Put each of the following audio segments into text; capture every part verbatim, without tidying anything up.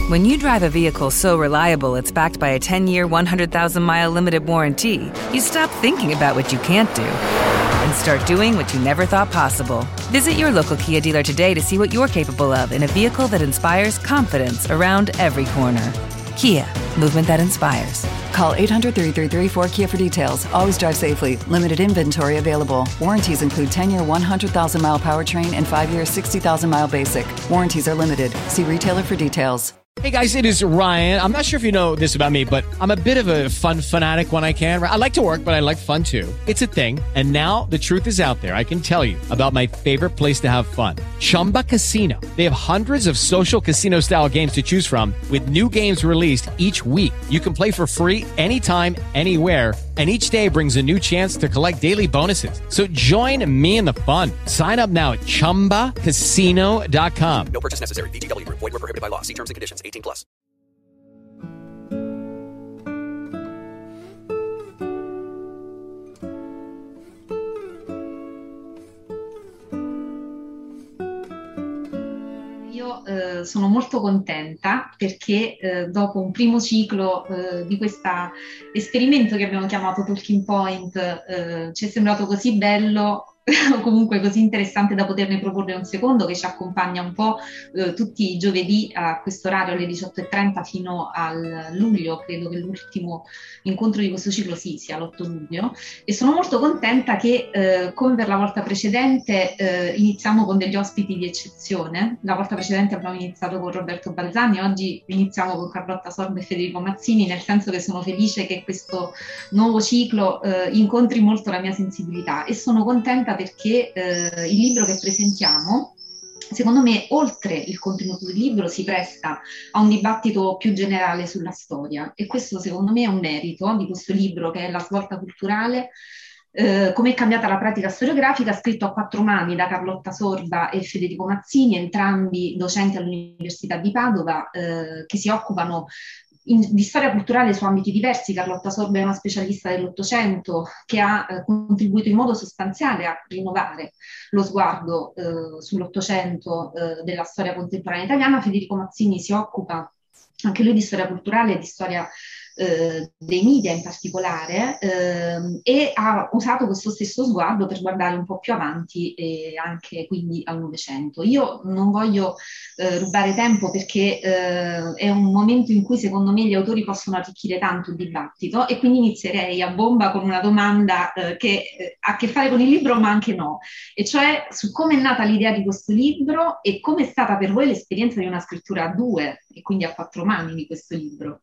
When you drive a vehicle so reliable it's backed by a ten-year, one hundred thousand mile limited warranty, you stop thinking about what you can't do and start doing what you never thought possible. Visit your local Kia dealer today to see what you're capable of in a vehicle that inspires confidence around every corner. Kia, movement that inspires. Call eight hundred, three three three, four K I A for details. Always drive safely. Limited inventory available. Warranties include ten-year, one hundred thousand mile powertrain and five-year, sixty thousand mile basic. Warranties are limited. See retailer for details. Hey guys, it is Ryan. I'm not sure if you know this about me, but I'm a bit of a fun fanatic when I can. I like to work, but I like fun too. It's a thing. And now the truth is out there. I can tell you about my favorite place to have fun. Chumba Casino. They have hundreds of social casino style games to choose from with new games released each week. You can play for free anytime, anywhere. And each day brings a new chance to collect daily bonuses. So join me in the fun. Sign up now at chumba casino dot com. No purchase necessary. V G W. Void where prohibited by law. See terms and conditions. eighteen plus. Io eh, sono molto contenta perché eh, dopo un primo ciclo eh, di questo esperimento che abbiamo chiamato Talking Point eh, ci è sembrato così bello o comunque così interessante da poterne proporre un secondo che ci accompagna un po' eh, tutti i giovedì a questo orario alle diciotto e trenta fino al luglio, credo che l'ultimo incontro di questo ciclo sì, sia l'otto luglio, e sono molto contenta che eh, come per la volta precedente eh, iniziamo con degli ospiti di eccezione. La volta precedente abbiamo iniziato con Roberto Balzani, oggi iniziamo con Carlotta Sorba e Federico Mazzini, nel senso che sono felice che questo nuovo ciclo eh, incontri molto la mia sensibilità e sono contenta perché eh, il libro che presentiamo, secondo me, oltre il contenuto del libro, si presta a un dibattito più generale sulla storia e questo secondo me è un merito di questo libro che è La svolta culturale, eh, come è cambiata la pratica storiografica, scritto a quattro mani da Carlotta Sorba e Federico Mazzini, entrambi docenti all'Università di Padova, eh, che si occupano In, di storia culturale su ambiti diversi. Carlotta Sorba è una specialista dell'Ottocento che ha eh, contribuito in modo sostanziale a rinnovare lo sguardo eh, sull'Ottocento eh, della storia contemporanea italiana. Federico Mazzini si occupa anche lui di storia culturale e di storia eh, dei media in particolare eh, e ha usato questo stesso sguardo per guardare un po' più avanti e anche quindi al Novecento. Io non voglio eh, rubare tempo perché eh, è un momento in cui secondo me gli autori possono arricchire tanto il dibattito e quindi inizierei a bomba con una domanda eh, che eh, ha a che fare con il libro ma anche no, e cioè su come è nata l'idea di questo libro e come è stata per voi l'esperienza di una scrittura a due e quindi a quattro mani di questo libro.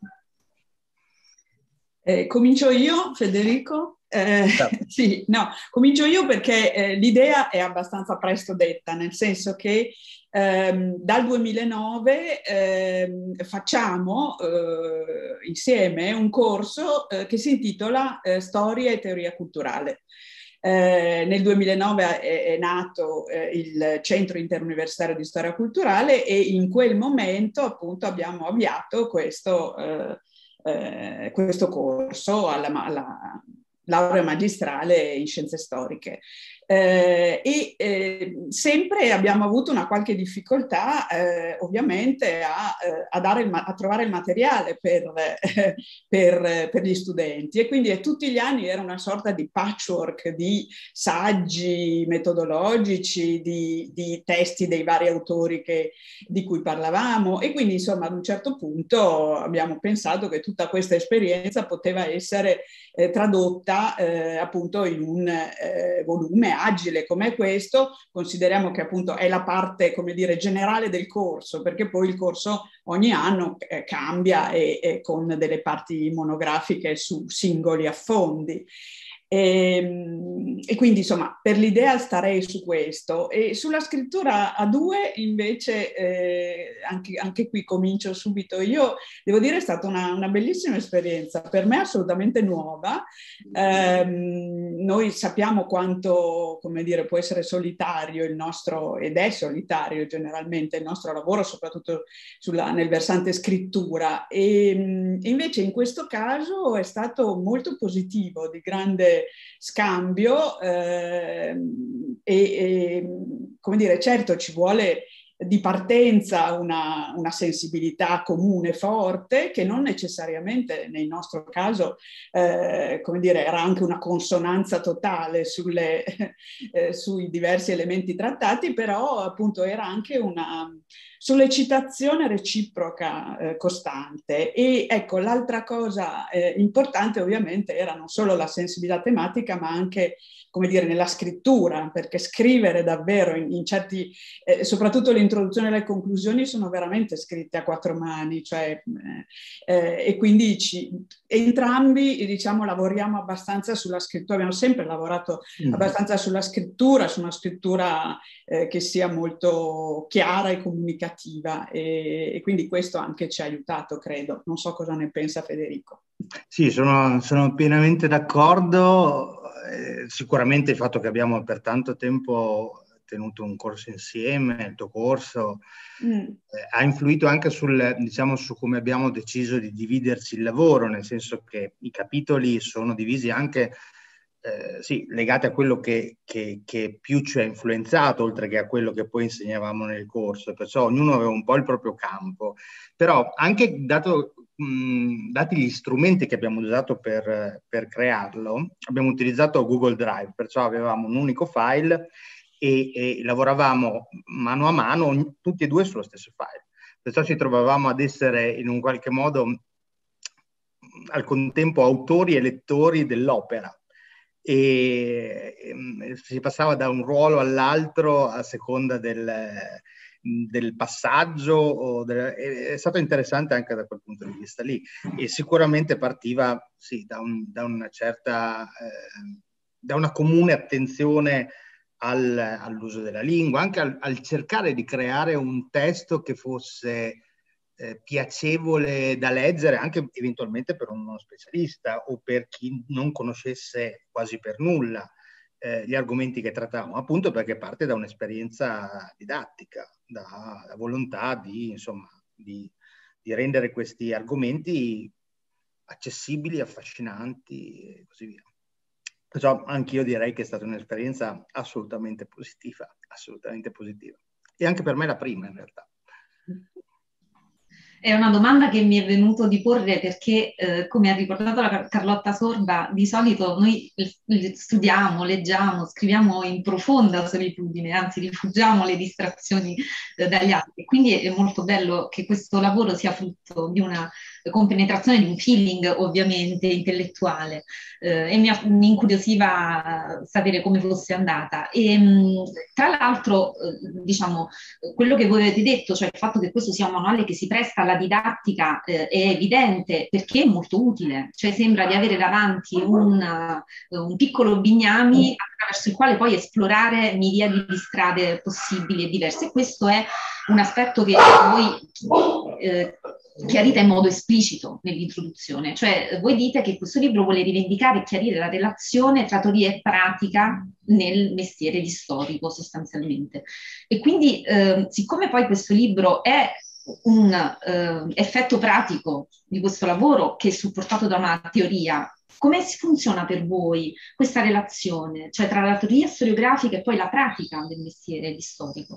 Eh, comincio io, Federico? Eh, sì, no, comincio io perché eh, l'idea è abbastanza presto detta, nel senso che ehm, dal duemilanove ehm, facciamo eh, insieme un corso eh, che si intitola eh, Storia e Teoria Culturale. Eh, nel duemilanove è, è nato eh, il Centro Interuniversitario di Storia Culturale e in quel momento appunto abbiamo avviato questo eh, Eh, questo corso alla, alla laurea magistrale in scienze storiche. Eh, e eh, sempre abbiamo avuto una qualche difficoltà eh, ovviamente a, eh, a, dare il ma- a trovare il materiale per, eh, per, per gli studenti e quindi tutti gli anni era una sorta di patchwork di saggi metodologici, di, di testi dei vari autori che, di cui parlavamo e quindi insomma ad un certo punto abbiamo pensato che tutta questa esperienza poteva essere eh, tradotta eh, appunto in un eh, volume agile come questo. Consideriamo che appunto è la parte, come dire, generale del corso, perché poi il corso ogni anno eh, cambia e, e con delle parti monografiche su singoli affondi. E, e quindi insomma per l'idea starei su questo e sulla scrittura a due invece eh, anche, anche qui comincio subito io, devo dire è stata una, una bellissima esperienza, per me assolutamente nuova. Um, noi sappiamo quanto, come dire, può essere solitario il nostro, ed è solitario generalmente il nostro lavoro, soprattutto sulla, nel versante scrittura e invece in questo caso è stato molto positivo, di grande scambio eh, e, e come dire, certo ci vuole di partenza una, una sensibilità comune forte, che non necessariamente nel nostro caso, eh, come dire, era anche una consonanza totale sulle, eh, sui diversi elementi trattati, però appunto era anche una sollecitazione reciproca eh, costante. E ecco, l'altra cosa eh, importante ovviamente era non solo la sensibilità tematica, ma anche, come dire, nella scrittura, perché scrivere davvero in, in certi, eh, soprattutto l'introduzione e le conclusioni sono veramente scritte a quattro mani, cioè, eh, eh, e quindi ci, entrambi, diciamo, lavoriamo abbastanza sulla scrittura, abbiamo sempre lavorato mm. abbastanza sulla scrittura, su una scrittura eh, che sia molto chiara e comunicativa, e, e quindi questo anche ci ha aiutato, credo. Non so cosa ne pensa Federico. Sì, sono, sono pienamente d'accordo. Eh, sicuramente il fatto che abbiamo per tanto tempo tenuto un corso insieme, il tuo corso, mm. eh, ha influito anche sul, diciamo, su come abbiamo deciso di dividerci il lavoro, nel senso che i capitoli sono divisi anche eh, sì, legati a quello che, che, che più ci ha influenzato, oltre che a quello che poi insegnavamo nel corso, perciò ognuno aveva un po' il proprio campo, però anche dato Mh, dati gli strumenti che abbiamo usato per, per crearlo, abbiamo utilizzato Google Drive, perciò avevamo un unico file e, e lavoravamo mano a mano tutti e due sullo stesso file, perciò ci trovavamo ad essere in un qualche modo al contempo autori e lettori dell'opera, e, e si passava da un ruolo all'altro a seconda del del passaggio, o del, è stato interessante anche da quel punto di vista lì, e sicuramente partiva sì, da, un, da una certa, eh, da una comune attenzione al, all'uso della lingua, anche al, al cercare di creare un testo che fosse eh, piacevole da leggere, anche eventualmente per uno specialista o per chi non conoscesse quasi per nulla eh, gli argomenti che trattavamo, appunto perché parte da un'esperienza didattica, da, da volontà di, insomma, di, di rendere questi argomenti accessibili, affascinanti e così via. Perciò anch'io direi che è stata un'esperienza assolutamente positiva, assolutamente positiva. E anche per me la prima, in realtà. È una domanda che mi è venuto di porre perché, eh, come ha ricordato la Carlotta Sorba, di solito noi studiamo, leggiamo, scriviamo in profonda solitudine, anzi rifugiamo le distrazioni eh, dagli altri. Quindi è molto bello che questo lavoro sia frutto di una compenetrazione, di un feeling ovviamente intellettuale, eh, e mi, mi incuriosiva sapere come fosse andata. E mh, tra l'altro, eh, diciamo, quello che voi avete detto, cioè il fatto che questo sia un manuale che si presta alla didattica, eh, è evidente perché è molto utile, cioè sembra di avere davanti un, uh, un piccolo bignami attraverso il quale poi esplorare miriadi di strade possibili e diverse, e questo è un aspetto che voi eh, chiarite in modo esplicito nell'introduzione, cioè voi dite che questo libro vuole rivendicare e chiarire la relazione tra teoria e pratica nel mestiere di storico sostanzialmente, e quindi eh, siccome poi questo libro è un eh, effetto pratico di questo lavoro che è supportato da una teoria, come funziona per voi questa relazione, cioè tra la teoria storiografica e poi la pratica del mestiere di storico?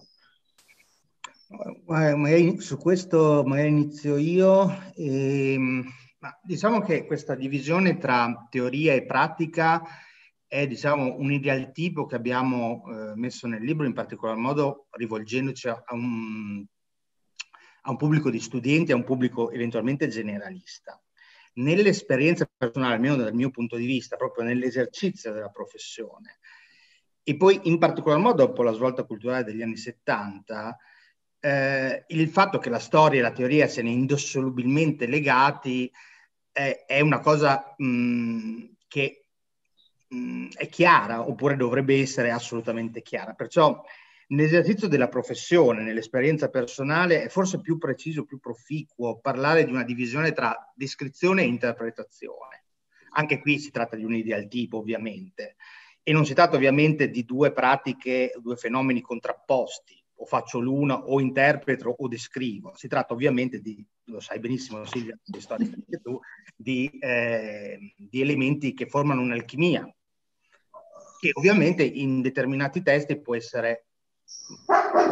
Magari su questo magari inizio io. E, ma diciamo che questa divisione tra teoria e pratica è, diciamo, un idealtipo che abbiamo eh, messo nel libro, in particolar modo rivolgendoci a un, a un pubblico di studenti, a un pubblico eventualmente generalista. Nell'esperienza personale, almeno dal mio punto di vista, proprio nell'esercizio della professione, e poi in particolar modo dopo la svolta culturale degli anni settanta, Eh, il fatto che la storia e la teoria siano indissolubilmente legati eh, è una cosa mh, che mh, è chiara, oppure dovrebbe essere assolutamente chiara. Perciò nell'esercizio della professione, nell'esperienza personale, è forse più preciso, più proficuo parlare di una divisione tra descrizione e interpretazione. Anche qui si tratta di un idealtipo, ovviamente, e non si tratta ovviamente di due pratiche, due fenomeni contrapposti. O faccio l'una, o interpreto, o descrivo. Si tratta ovviamente di, lo sai benissimo Silvia, di storia anche tu, di, eh, di elementi che formano un'alchimia, che ovviamente in determinati testi può essere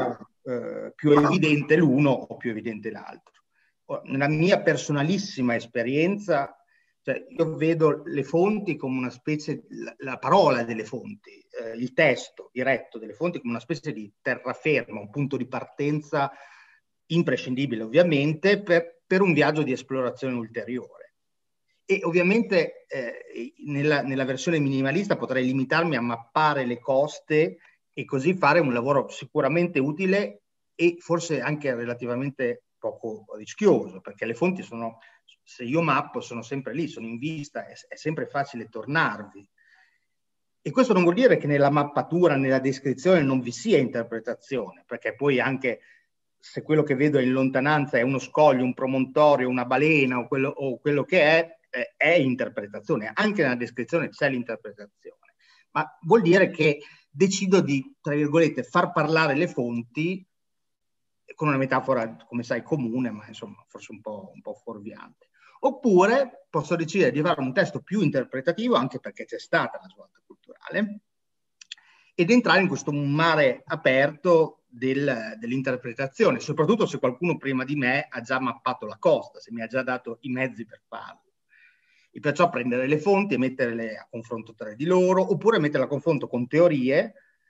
eh, più evidente l'uno o più evidente l'altro. Nella mia personalissima esperienza, cioè io vedo le fonti come una specie, la, la parola delle fonti, eh, il testo diretto delle fonti come una specie di terraferma, un punto di partenza imprescindibile ovviamente per, per un viaggio di esplorazione ulteriore. E ovviamente eh, nella, nella versione minimalista potrei limitarmi a mappare le coste e così fare un lavoro sicuramente utile e forse anche relativamente poco rischioso, perché le fonti sono, se io mappo, sono sempre lì, sono in vista, è, è sempre facile tornarvi. E questo non vuol dire che nella mappatura, nella descrizione non vi sia interpretazione, perché poi anche se quello che vedo in lontananza è uno scoglio, un promontorio, una balena o quello, o quello che è, è, è interpretazione. Anche nella descrizione c'è l'interpretazione. Ma vuol dire che decido di, tra virgolette, far parlare le fonti con una metafora, come sai, comune, ma insomma forse un po', un po' fuorviante. Oppure posso decidere di fare un testo più interpretativo, anche perché c'è stata la svolta culturale, ed entrare in questo mare aperto del, dell'interpretazione, soprattutto se qualcuno prima di me ha già mappato la costa, se mi ha già dato i mezzi per farlo. E perciò prendere le fonti e metterle a confronto tra di loro, oppure metterle a confronto con teorie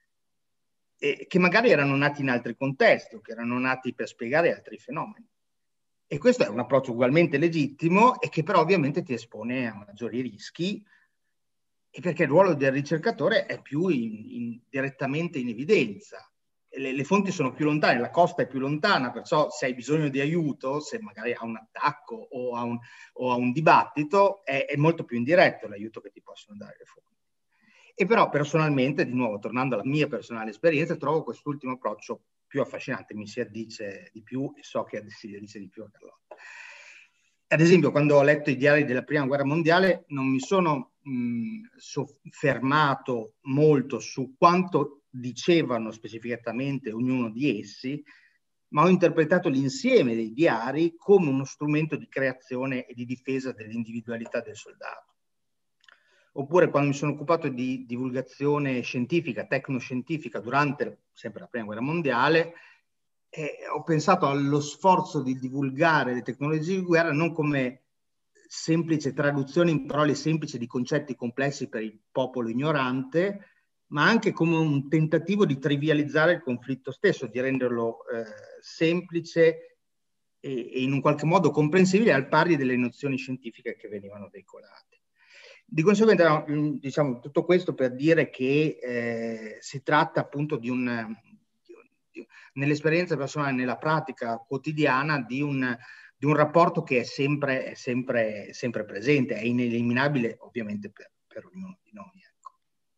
eh, che magari erano nati in altri contesti, o che erano nati per spiegare altri fenomeni. E questo è un approccio ugualmente legittimo e che però ovviamente ti espone a maggiori rischi, e perché il ruolo del ricercatore è più in, in, direttamente in evidenza. Le, le fonti sono più lontane, la costa è più lontana, perciò se hai bisogno di aiuto, se magari ha un attacco o a un, o a un dibattito, è, è molto più indiretto l'aiuto che ti possono dare le fonti. E però personalmente, di nuovo, tornando alla mia personale esperienza, trovo quest'ultimo approccio più affascinante, mi si addice di più e so che si addice di più a Carlotta. Ad esempio, quando ho letto i diari della Prima Guerra Mondiale, non mi sono mh, soffermato molto su quanto dicevano specificatamente ognuno di essi, ma ho interpretato l'insieme dei diari come uno strumento di creazione e di difesa dell'individualità del soldato. Oppure quando mi sono occupato di divulgazione scientifica, tecnoscientifica, durante sempre la Prima Guerra Mondiale, eh, ho pensato allo sforzo di divulgare le tecnologie di guerra non come semplice traduzione in parole semplici di concetti complessi per il popolo ignorante, ma anche come un tentativo di trivializzare il conflitto stesso, di renderlo eh, semplice e, e in un qualche modo comprensibile al pari delle nozioni scientifiche che venivano veicolate. Di conseguenza, diciamo, tutto questo per dire che eh, si tratta appunto di un, di, nell'esperienza personale, nella pratica quotidiana, di un, di un rapporto che è sempre, è sempre, sempre presente, è ineliminabile ovviamente per, per ognuno di noi. Ecco.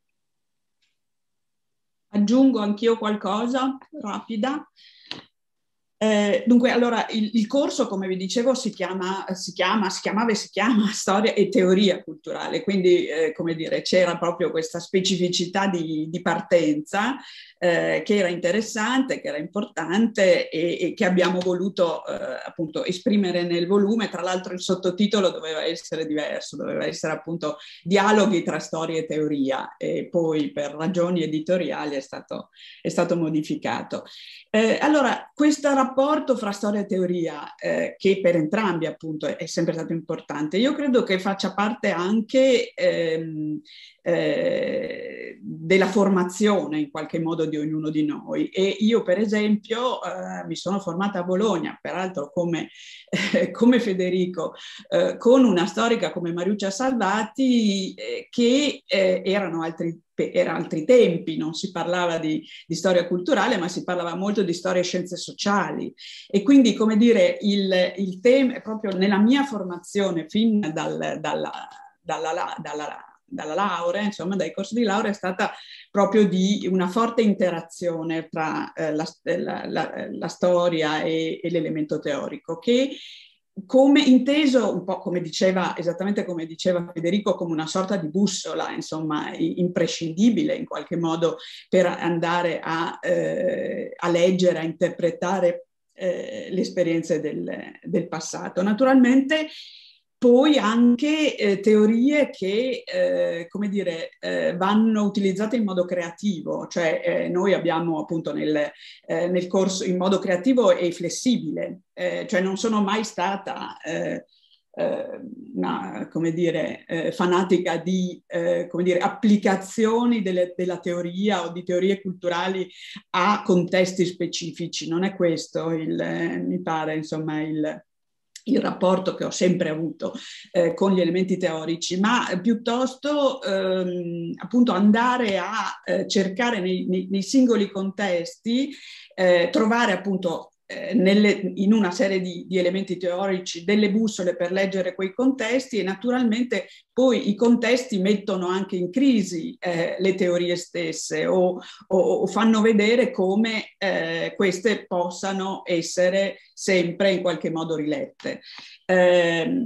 Aggiungo anch'io qualcosa, rapida. Eh, dunque, allora, il, il corso, come vi dicevo, si chiama, si chiama, si chiamava e si chiama Storia e Teoria Culturale, quindi, eh, come dire, c'era proprio questa specificità di, di partenza eh, che era interessante, che era importante e, e che abbiamo voluto eh, appunto esprimere nel volume. Tra l'altro il sottotitolo doveva essere diverso, doveva essere appunto Dialoghi tra storia e teoria, e poi per ragioni editoriali è stato, è stato modificato. Eh, allora, questa rapporto fra storia e teoria, eh, che per entrambi appunto è sempre stato importante, io credo che faccia parte anche ehm, eh, della formazione in qualche modo di ognuno di noi. E io per esempio eh, mi sono formata a Bologna, peraltro come, eh, come Federico, eh, con una storica come Mariuccia Salvati, eh, che eh, erano altri erano altri tempi, non si parlava di, di storia culturale, ma si parlava molto di storia e scienze sociali. E quindi, come dire, il, il tema, proprio nella mia formazione, fin dal, dalla, dalla, dalla, dalla laurea, insomma, dai corsi di laurea, è stata proprio di una forte interazione tra eh, la, la, la, la storia e, e l'elemento teorico, che come inteso un po' come diceva, esattamente come diceva Federico, come una sorta di bussola, insomma, imprescindibile in qualche modo per andare a, eh, a leggere, a interpretare eh, le esperienze del, del passato. Naturalmente poi anche eh, teorie che, eh, come dire, eh, vanno utilizzate in modo creativo, cioè eh, noi abbiamo appunto nel, eh, nel corso in modo creativo e flessibile, eh, cioè non sono mai stata eh, eh, una, come dire, eh, fanatica di, eh, come dire, applicazioni delle, della teoria o di teorie culturali a contesti specifici, non è questo il, eh, mi pare, insomma, il il rapporto che ho sempre avuto eh, con gli elementi teorici, ma piuttosto ehm, appunto andare a eh, cercare nei, nei, nei singoli contesti, eh, trovare appunto eh, nelle, in una serie di, di elementi teorici delle bussole per leggere quei contesti, e naturalmente poi i contesti mettono anche in crisi eh, le teorie stesse o, o, o fanno vedere come eh, queste possano essere sempre in qualche modo rilette. Eh,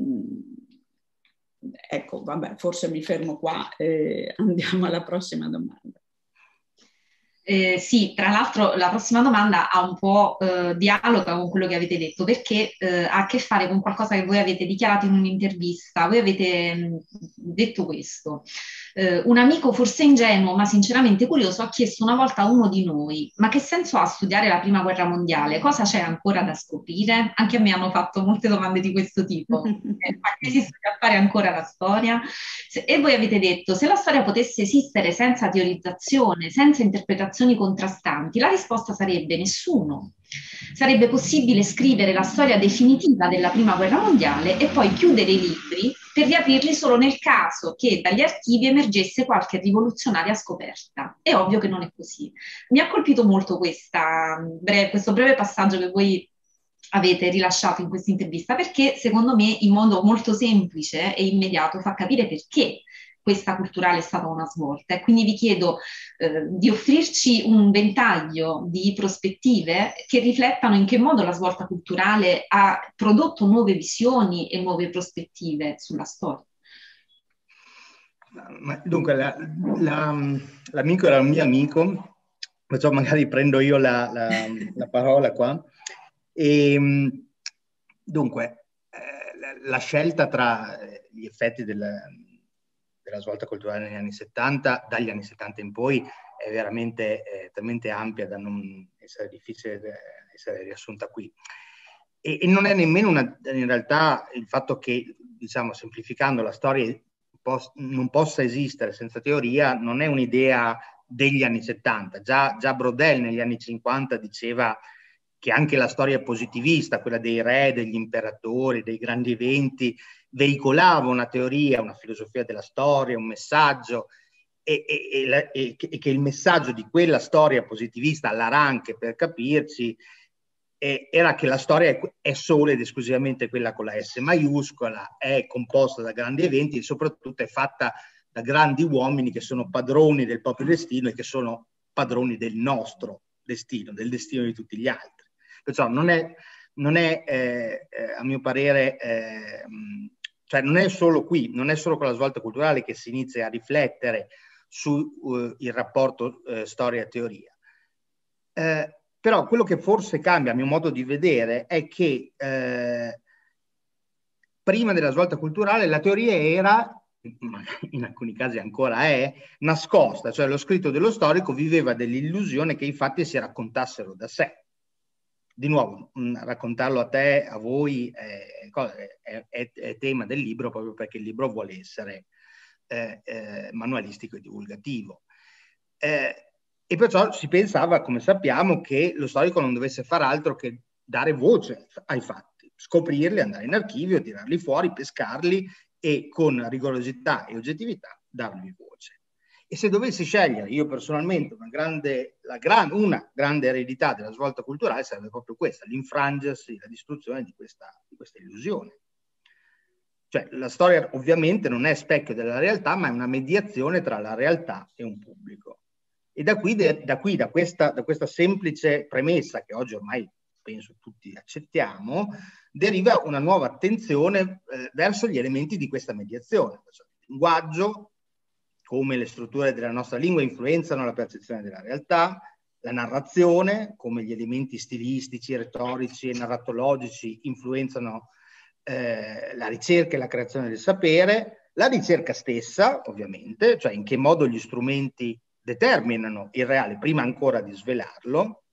ecco, vabbè, forse mi fermo qua e andiamo alla prossima domanda. Eh, sì, tra l'altro la prossima domanda ha un po' eh, dialoga con quello che avete detto, perché eh, ha a che fare con qualcosa che voi avete dichiarato in un'intervista. Voi avete mh, detto questo. Eh, un amico forse ingenuo, ma sinceramente curioso, ha chiesto una volta a uno di noi: ma che senso ha studiare la prima guerra mondiale? Cosa c'è ancora da scoprire? Anche a me hanno fatto molte domande di questo tipo. Eh, ma che si studia a fare ancora la storia? Se, e voi avete detto: se la storia potesse esistere senza teorizzazione, senza interpretazioni contrastanti, la risposta sarebbe nessuno. Sarebbe possibile scrivere la storia definitiva della prima guerra mondiale e poi chiudere i libri per riaprirli solo nel caso che dagli archivi emergesse qualche rivoluzionaria scoperta. È ovvio che non è così. Mi ha colpito molto questa, breve, questo breve passaggio che voi avete rilasciato in questa intervista, perché secondo me in modo molto semplice e immediato fa capire perché questa culturale è stata una svolta. E quindi vi chiedo eh, di offrirci un ventaglio di prospettive che riflettano in che modo la svolta culturale ha prodotto nuove visioni e nuove prospettive sulla storia. Dunque, la, la, l'amico era un mio amico, perciò magari prendo io la, la, la parola qua. E, dunque, eh, la, la scelta tra gli effetti del, della svolta culturale negli anni settanta, dagli anni settanta in poi, è veramente eh, talmente ampia da non essere difficile essere riassunta qui. E, e non è nemmeno una, in realtà il fatto che, diciamo, semplificando, la storia pos- non possa esistere senza teoria, non è un'idea degli anni settanta. Già, già Brodel negli anni cinquanta diceva che anche la storia positivista, quella dei re, degli imperatori, dei grandi eventi, veicolava una teoria, una filosofia della storia, un messaggio, e, e, e, la, e, e che il messaggio di quella storia positivista, all'Aranche per capirci, eh, era che la storia è, è solo ed esclusivamente quella con la S maiuscola, è composta da grandi eventi e soprattutto è fatta da grandi uomini che sono padroni del proprio destino e che sono padroni del nostro destino, del destino di tutti gli altri. Perciò non è, non è eh, eh, a mio parere, eh, cioè non è solo qui, non è solo con la svolta culturale che si inizia a riflettere sul uh, rapporto uh, storia-teoria. Eh, però quello che forse cambia, a mio modo di vedere, è che eh, prima della svolta culturale la teoria era, in alcuni casi ancora è, nascosta, cioè lo scritto dello storico viveva dell'illusione che i fatti si raccontassero da sé. Di nuovo, mh, raccontarlo a te, a voi, è, è, è, è tema del libro, proprio perché il libro vuole essere eh, eh, manualistico e divulgativo. Eh, e perciò si pensava, come sappiamo, che lo storico non dovesse fare altro che dare voce ai fatti, scoprirli, andare in archivio, tirarli fuori, pescarli e con rigorosità e oggettività dargli voce. E se dovessi scegliere, io personalmente, una grande, la gran, una grande eredità della svolta culturale sarebbe proprio questa, l'infrangersi, la distruzione di questa, di questa illusione. Cioè, la storia ovviamente non è specchio della realtà, ma è una mediazione tra la realtà e un pubblico. E da qui, de, da, qui da, questa, da questa semplice premessa, che oggi ormai penso tutti accettiamo, deriva una nuova attenzione eh, verso gli elementi di questa mediazione. Cioè, il linguaggio, come le strutture della nostra lingua influenzano la percezione della realtà, la narrazione, come gli elementi stilistici, retorici e narratologici influenzano eh, la ricerca e la creazione del sapere, la ricerca stessa, ovviamente, cioè in che modo gli strumenti determinano il reale prima ancora di svelarlo,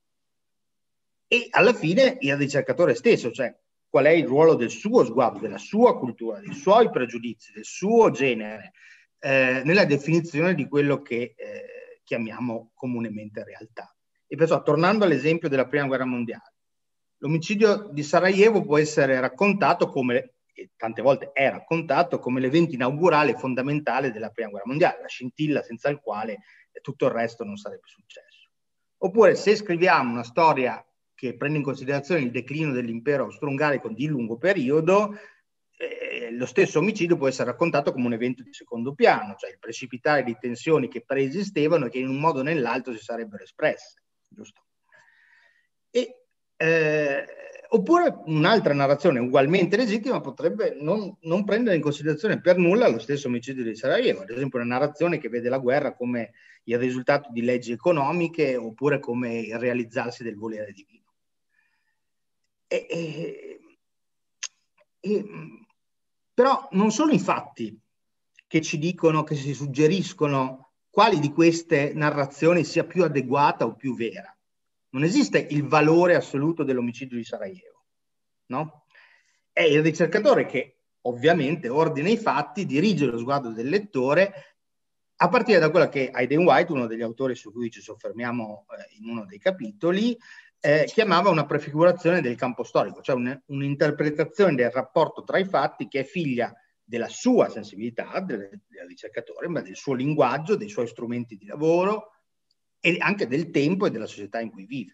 e alla fine il ricercatore stesso, cioè qual è il ruolo del suo sguardo, della sua cultura, dei suoi pregiudizi, del suo genere, eh, nella definizione di quello che eh, chiamiamo comunemente realtà. E perciò, tornando all'esempio della Prima Guerra Mondiale, l'omicidio di Sarajevo può essere raccontato come, e tante volte è raccontato, come l'evento inaugurale e fondamentale della Prima Guerra Mondiale, la scintilla senza il quale tutto il resto non sarebbe successo. Oppure, se scriviamo una storia che prende in considerazione il declino dell'impero austro-ungarico di lungo periodo, eh, lo stesso omicidio può essere raccontato come un evento di secondo piano, cioè il precipitare di tensioni che preesistevano e che in un modo o nell'altro si sarebbero espresse, giusto? E, eh, oppure un'altra narrazione ugualmente legittima potrebbe non, non prendere in considerazione per nulla lo stesso omicidio di Sarajevo, ad esempio una narrazione che vede la guerra come il risultato di leggi economiche oppure come il realizzarsi del volere divino. E, e, e, però non sono i fatti che ci dicono, che si suggeriscono quali di queste narrazioni sia più adeguata o più vera. Non esiste il valore assoluto dell'omicidio di Sarajevo, no? È il ricercatore che ovviamente ordina i fatti, dirige lo sguardo del lettore a partire da quella che Hayden White, uno degli autori su cui ci soffermiamo eh, in uno dei capitoli, eh, chiamava una prefigurazione del campo storico, cioè un, un'interpretazione del rapporto tra i fatti che è figlia della sua sensibilità, del, del ricercatore, ma del suo linguaggio, dei suoi strumenti di lavoro e anche del tempo e della società in cui vive.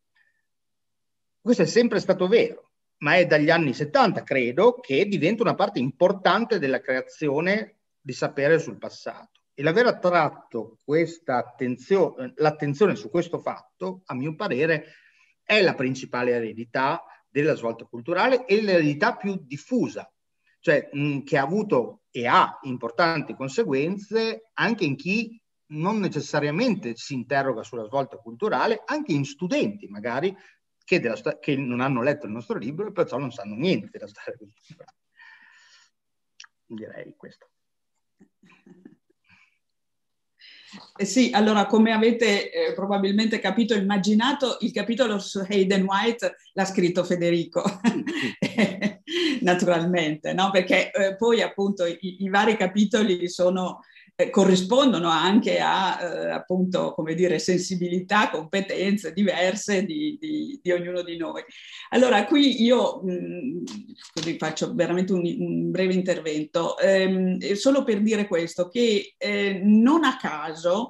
Questo è sempre stato vero, ma è dagli anni settanta, credo, che diventa una parte importante della creazione di sapere sul passato. E l'aver attratto questa attenzione, l'attenzione su questo fatto, a mio parere, è la principale eredità della svolta culturale e l'eredità più diffusa, cioè mh, che ha avuto e ha importanti conseguenze anche in chi non necessariamente si interroga sulla svolta culturale, anche in studenti magari che, della, che non hanno letto il nostro libro e perciò non sanno niente della storia culturale. Direi questo. Eh sì, allora come avete eh, probabilmente capito e immaginato, il capitolo su Hayden White l'ha scritto Federico, naturalmente, no? Perché eh, poi appunto i, i vari capitoli sono, eh, corrispondono anche a eh, appunto, come dire, sensibilità, competenze diverse di, di, di ognuno di noi. Allora qui io mh, così faccio veramente un, un breve intervento, ehm, solo per dire questo, che eh, non a caso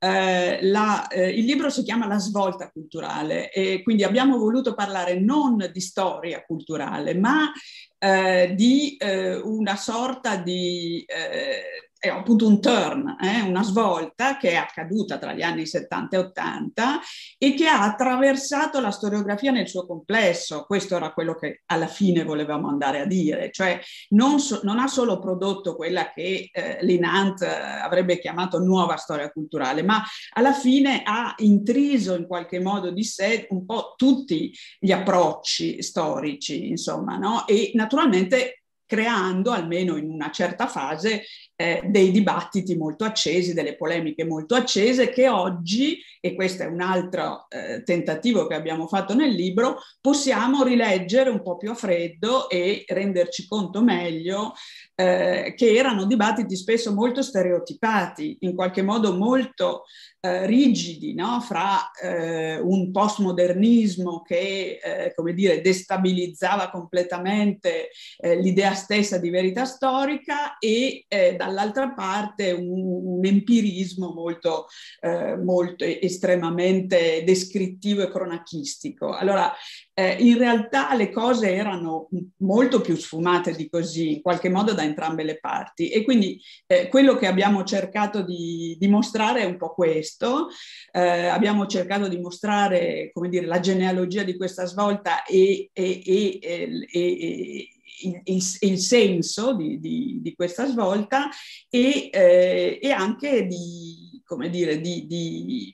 Eh, la, eh, il libro si chiama La svolta culturale e quindi abbiamo voluto parlare non di storia culturale ma eh, di eh, una sorta di eh, è appunto un turn, eh, una svolta che è accaduta tra gli anni settanta e ottanta e che ha attraversato la storiografia nel suo complesso. Questo era quello che alla fine volevamo andare a dire, cioè non, so, non ha solo prodotto quella che eh, Linant avrebbe chiamato nuova storia culturale, ma alla fine ha intriso in qualche modo di sé un po' tutti gli approcci storici, insomma, no? E naturalmente creando, almeno in una certa fase, eh, dei dibattiti molto accesi, delle polemiche molto accese che oggi, e questo è un altro eh, tentativo che abbiamo fatto nel libro, possiamo rileggere un po' più a freddo e renderci conto meglio eh, che erano dibattiti spesso molto stereotipati, in qualche modo molto eh, rigidi, no? Fra eh, un postmodernismo che, eh, come dire, destabilizzava completamente eh, l'idea stessa di verità storica e eh, dall'altra parte un, un empirismo molto, eh, molto estremamente descrittivo e cronachistico. Allora, eh, in realtà le cose erano molto più sfumate di così, in qualche modo da entrambe le parti. E quindi eh, quello che abbiamo cercato di dimostrare è un po' questo. Eh, abbiamo cercato di mostrare, come dire, la genealogia di questa svolta e, e, e, e, e Il, il, il senso di, di, di questa svolta e, eh, e anche di, come dire, di, di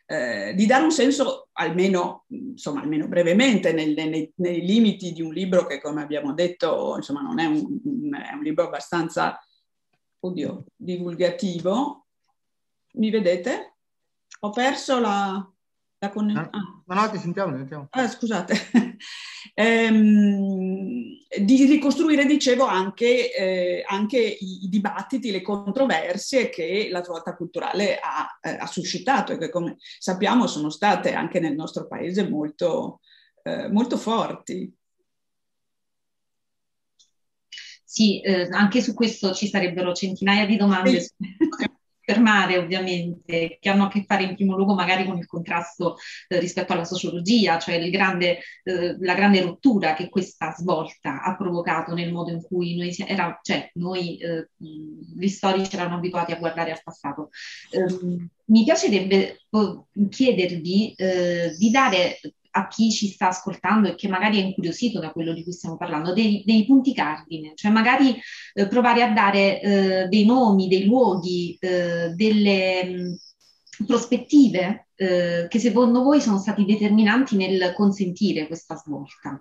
eh, di dare un senso, almeno, insomma, almeno brevemente, nel, nei, nei limiti di un libro che, come abbiamo detto, insomma, non è un, un, è un libro abbastanza, oddio, divulgativo. Mi vedete? Ho perso la... la connessione. No, no, no, ti sentiamo, ti sentiamo. Ah, scusate. ehm, di ricostruire, dicevo, anche, eh, anche i, i dibattiti, le controversie che la svolta culturale ha, eh, ha suscitato e che, come sappiamo, sono state anche nel nostro paese molto, eh, molto forti. Sì, eh, anche su questo ci sarebbero centinaia di domande. Sì. Fermare, ovviamente, che hanno a che fare in primo luogo magari con il contrasto eh, rispetto alla sociologia, cioè il grande, eh, la grande rottura che questa svolta ha provocato nel modo in cui noi, era, cioè, noi eh, gli storici erano abituati a guardare al passato. Eh, mi piacerebbe chiedervi eh, di dare a chi ci sta ascoltando e che magari è incuriosito da quello di cui stiamo parlando, dei, dei punti cardine, cioè magari eh, provare a dare eh, dei nomi, dei luoghi, eh, delle mh, prospettive eh, che secondo voi sono stati determinanti nel consentire questa svolta.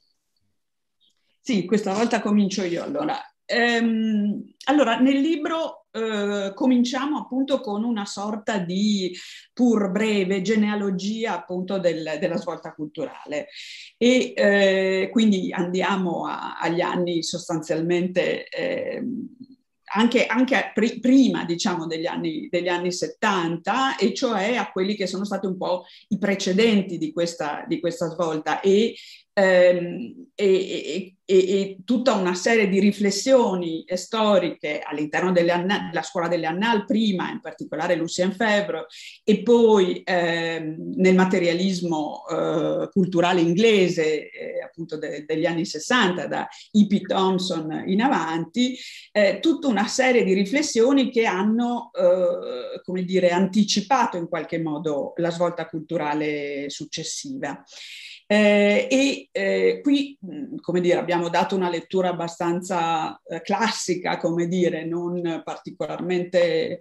Sì, questa volta comincio io allora. Ehm, allora, nel libro eh, cominciamo appunto con una sorta di pur breve genealogia appunto del, della svolta culturale e eh, quindi andiamo a, agli anni sostanzialmente eh, anche, anche pr- prima diciamo degli anni, degli anni settanta, e cioè a quelli che sono stati un po' i precedenti di questa, di questa svolta e Ehm, e, e, e, e tutta una serie di riflessioni storiche all'interno delle Anna, della scuola delle Annales prima, in particolare Lucien Febvre, e poi ehm, nel materialismo eh, culturale inglese eh, appunto de, degli anni sessanta, da E P Thompson in avanti, eh, tutta una serie di riflessioni che hanno eh, come dire, anticipato in qualche modo la svolta culturale successiva. Eh, e eh, qui, come dire, abbiamo dato una lettura abbastanza eh, classica, come dire, non particolarmente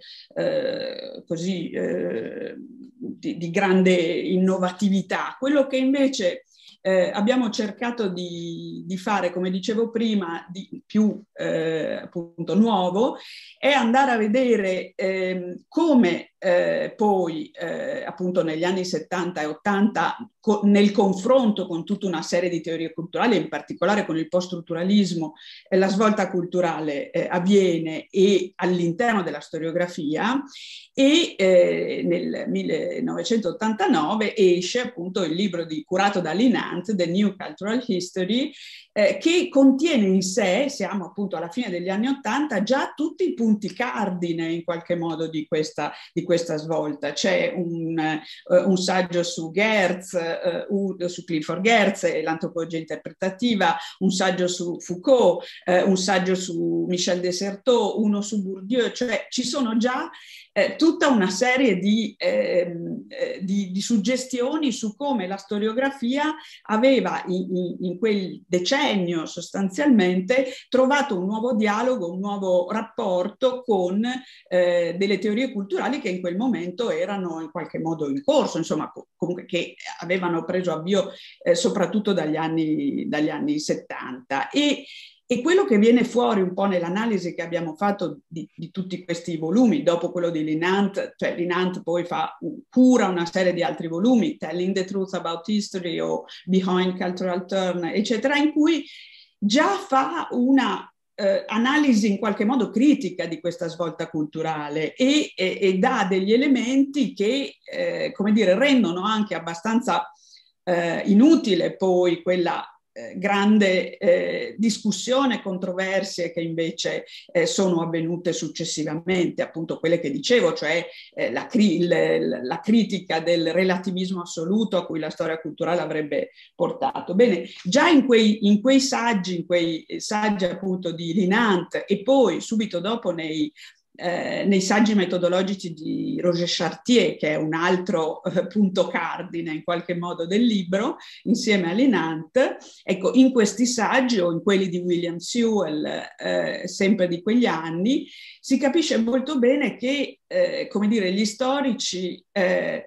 eh, così eh, di, di grande innovatività. Quello che invece eh, abbiamo cercato di, di fare, come dicevo prima, di più eh, appunto nuovo, è andare a vedere eh, come eh, poi eh, appunto negli anni settanta e ottanta co- nel confronto con tutta una serie di teorie culturali, in particolare con il post-strutturalismo, eh, la svolta culturale eh, avviene e all'interno della storiografia, e eh, nel millenovecentottantanove esce appunto il libro di, curato da Linant, The New Cultural History, eh, che contiene in sé, siamo appunto alla fine degli anni Ottanta, già tutti i punti cardine in qualche modo di questa, di questa svolta. C'è un, uh, un saggio su Geertz, uh, su Clifford Geertz e l'antropologia interpretativa, un saggio su Foucault, uh, un saggio su Michel Desserteau, uno su Bourdieu, cioè ci sono già eh, tutta una serie di, eh, di, di suggestioni su come la storiografia aveva in, in, in quel decennio sostanzialmente trovato un nuovo dialogo, un nuovo rapporto con eh, delle teorie culturali che in quel momento erano in qualche modo in corso, insomma, comunque che avevano preso avvio eh, soprattutto dagli anni, dagli anni settanta. E E quello che viene fuori un po' nell'analisi che abbiamo fatto di, di tutti questi volumi, dopo quello di Linant, cioè Linant poi fa, cura una serie di altri volumi, Telling the Truth About History o Behind Cultural Turn, eccetera, in cui già fa una eh, analisi in qualche modo critica di questa svolta culturale e, e, e dà degli elementi che, eh, come dire, rendono anche abbastanza eh, inutile poi quella grande eh, discussione, controversie che invece eh, sono avvenute successivamente, appunto quelle che dicevo, cioè eh, la, cri- l- la critica del relativismo assoluto a cui la storia culturale avrebbe portato. Bene, già in quei, in quei saggi, in quei saggi appunto di Linant e poi subito dopo nei Eh, nei saggi metodologici di Roger Chartier, che è un altro eh, punto cardine in qualche modo del libro, insieme a Linant, ecco, in questi saggi o in quelli di William Sewell, eh, sempre di quegli anni, si capisce molto bene che, eh, come dire, gli storici eh,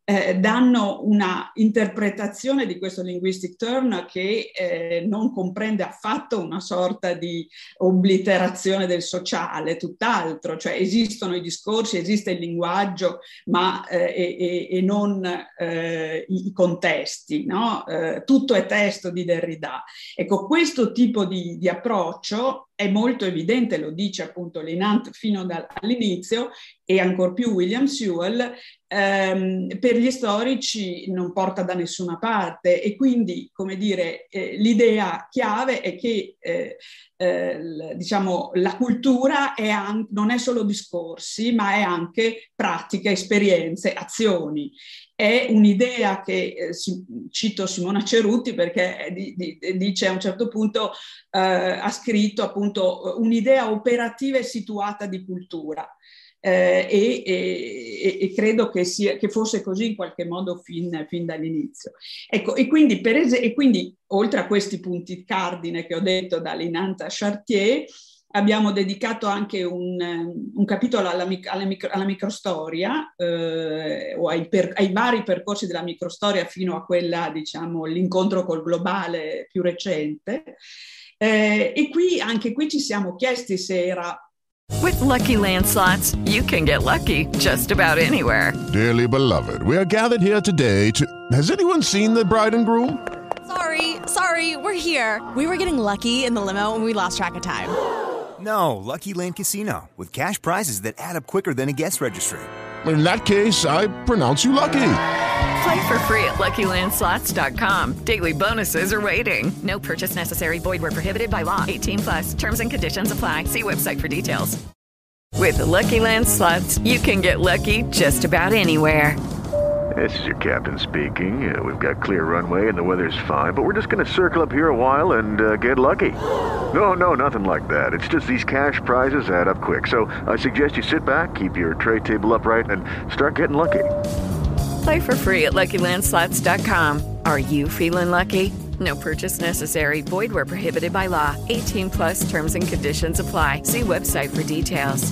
eh, danno una interpretazione di questo linguistic turn che eh, non comprende affatto una sorta di obliterazione del sociale, tutt'altro, cioè esistono i discorsi, esiste il linguaggio, ma eh, e, e non eh, i contesti, no? Eh, tutto è testo di Derrida. Ecco, questo tipo di, di approccio è molto evidente, lo dice appunto Linant fino dall'inizio e ancor più William Sewell, ehm, per gli storici non porta da nessuna parte, e quindi, come dire, eh, l'idea chiave è che eh, eh, l- diciamo la cultura è an- non è solo discorsi, ma è anche pratica, esperienze, azioni. È un'idea che, eh, si, cito Simona Cerutti perché di, di, dice a un certo punto, eh, ha scritto appunto un'idea operativa e situata di cultura. Eh, e, e, e credo che, sia, che fosse così in qualche modo fin, fin dall'inizio. Ecco, e quindi, per es- e quindi oltre a questi punti cardine che ho detto da Linant a Chartier, abbiamo dedicato anche un, un capitolo alla, alla, micro, alla microstoria, eh, o ai, per, ai vari percorsi della microstoria fino a quella, diciamo, l'incontro col globale più recente. Eh, e qui, anche qui ci siamo chiesti se era... With Lucky Land Slots, you can get lucky just about anywhere. Dearly beloved, we are gathered here today to... Has anyone seen the bride and groom? Sorry, sorry, we're here. We were getting lucky in the limo and we lost track of time. No, Lucky Land Casino, with cash prizes that add up quicker than a guest registry. In that case, I pronounce you lucky. Play for free at Lucky Land Slots dot com. Daily bonuses are waiting. No purchase necessary. Void where prohibited by law. eighteen plus. Terms and conditions apply. See website for details. With Lucky Land Slots, you can get lucky just about anywhere. This is your captain speaking. Uh, we've got clear runway and the weather's fine, but we're just going to circle up here a while and uh, get lucky. No, no, nothing like that. It's just these cash prizes add up quick. So I suggest you sit back, keep your tray table upright, and start getting lucky. Play for free at Lucky Land Slots dot com. Are you feeling lucky? No purchase necessary. Void where prohibited by law. eighteen plus terms and conditions apply. See website for details.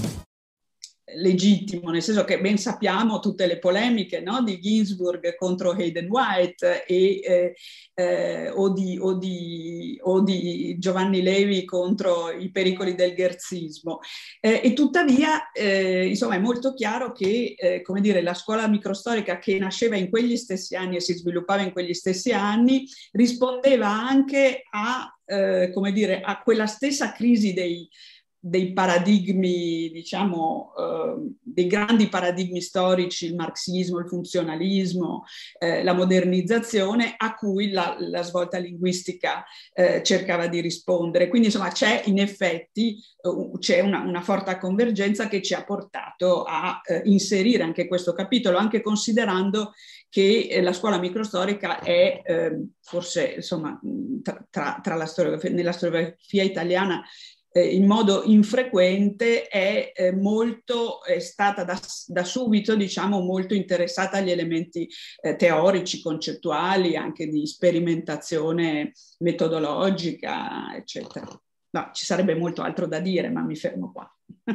Legittimo, nel senso che ben sappiamo tutte le polemiche, no? Di Ginsburg contro Hayden White e, eh, eh, o, di, o, di, o di Giovanni Levi contro i pericoli del gherzismo. Eh, e tuttavia, eh, insomma, è molto chiaro che, eh, come dire, la scuola microstorica che nasceva in quegli stessi anni e si sviluppava in quegli stessi anni rispondeva anche a, eh, come dire, a quella stessa crisi dei dei paradigmi, diciamo, eh, dei grandi paradigmi storici, il marxismo, il funzionalismo, eh, la modernizzazione, a cui la, la svolta linguistica eh, cercava di rispondere. Quindi, insomma, c'è in effetti uh, c'è una, una forte convergenza che ci ha portato a eh, inserire anche questo capitolo, anche considerando che eh, la scuola microstorica è eh, forse, insomma, tra, tra, tra la storiografia, nella storiografia italiana in modo infrequente è eh, molto, è stata da, da subito, diciamo, molto interessata agli elementi eh, teorici, concettuali, anche di sperimentazione metodologica, eccetera. No, ci sarebbe molto altro da dire, ma mi fermo qua.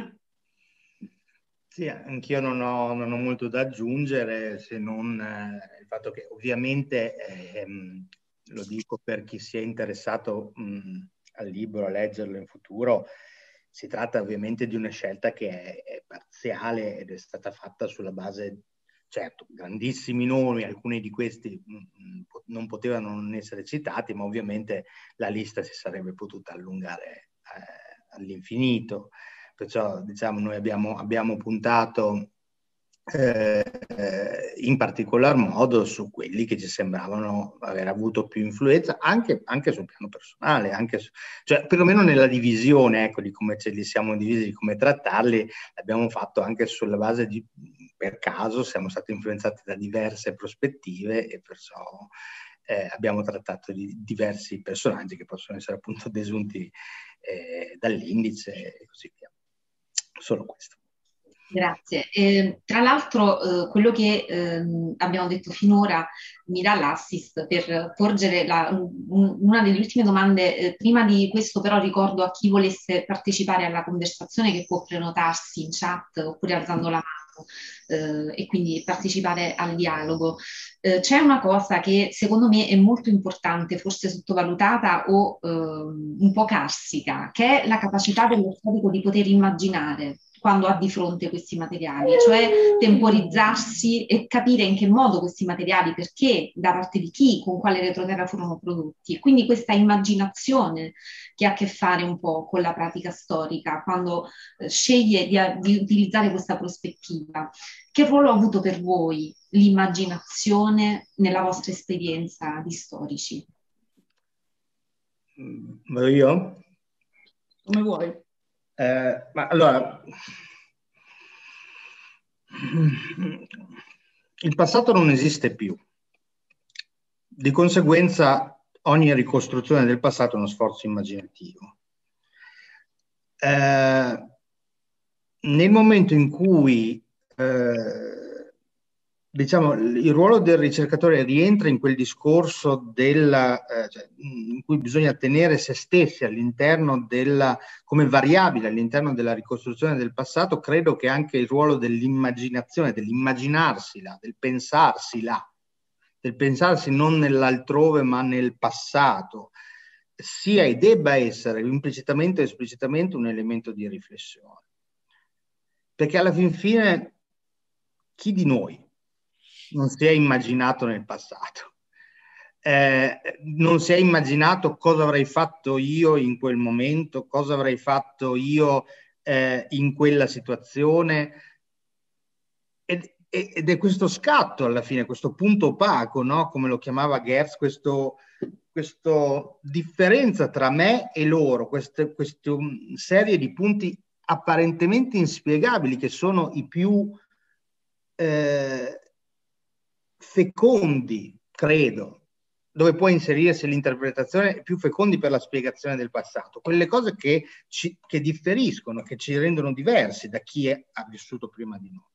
Sì, anch'io non ho, non ho molto da aggiungere, se non eh, il fatto che ovviamente, ehm, lo dico per chi si è interessato mh, al libro, a leggerlo in futuro, si tratta ovviamente di una scelta che è, è parziale ed è stata fatta sulla base, certo, grandissimi nomi, alcuni di questi mh, non potevano non essere citati, ma ovviamente la lista si sarebbe potuta allungare eh, all'infinito. Perciò, diciamo, noi abbiamo, abbiamo puntato eh, in particolar modo su quelli che ci sembravano aver avuto più influenza, anche, anche sul piano personale, anche su, cioè perlomeno nella divisione, ecco, di come ce li siamo divisi, di come trattarli, l'abbiamo fatto anche sulla base di, per caso, siamo stati influenzati da diverse prospettive e perciò eh, abbiamo trattato di diversi personaggi che possono essere appunto desunti eh, dall'indice e così via. Solo questo. Grazie. Eh, tra l'altro eh, quello che eh, abbiamo detto finora mi dà l'assist per porgere la, un, una delle ultime domande. Eh, prima di questo però ricordo a chi volesse partecipare alla conversazione che può prenotarsi in chat oppure alzando la mano. eh, e quindi partecipare al dialogo. Eh, c'è una cosa che secondo me è molto importante, forse sottovalutata o eh, un po' carsica, che è la capacità dello storico di poter immaginare quando ha di fronte questi materiali, cioè temporizzarsi e capire in che modo questi materiali, perché, da parte di chi, con quale retroterra furono prodotti. Quindi questa immaginazione che ha a che fare un po' con la pratica storica, quando eh, sceglie di, di utilizzare questa prospettiva. Che ruolo ha avuto per voi l'immaginazione nella vostra esperienza di storici? Vado io? Come vuoi. Eh, ma allora, il passato non esiste più. Di conseguenza, ogni ricostruzione del passato è uno sforzo immaginativo. Eh, nel momento in cui eh, diciamo, il ruolo del ricercatore rientra in quel discorso della, eh, cioè, in cui bisogna tenere se stessi all'interno della, come variabile all'interno della ricostruzione del passato, credo che anche il ruolo dell'immaginazione, dell'immaginarsela, del pensarsela, del pensarsi non nell'altrove ma nel passato, sia e debba essere implicitamente o esplicitamente un elemento di riflessione. Perché alla fin fine chi di noi non si è immaginato nel passato, eh, non si è immaginato cosa avrei fatto io in quel momento, cosa avrei fatto io eh, in quella situazione, ed, ed è questo scatto alla fine, questo punto opaco, no? Come lo chiamava Gertz, questo, questo differenza tra me e loro, queste, queste serie di punti apparentemente inspiegabili che sono i più eh, fecondi, credo, dove può inserirsi l'interpretazione, più fecondi per la spiegazione del passato, quelle cose che, ci, che differiscono, che ci rendono diversi da chi è, ha vissuto prima di noi.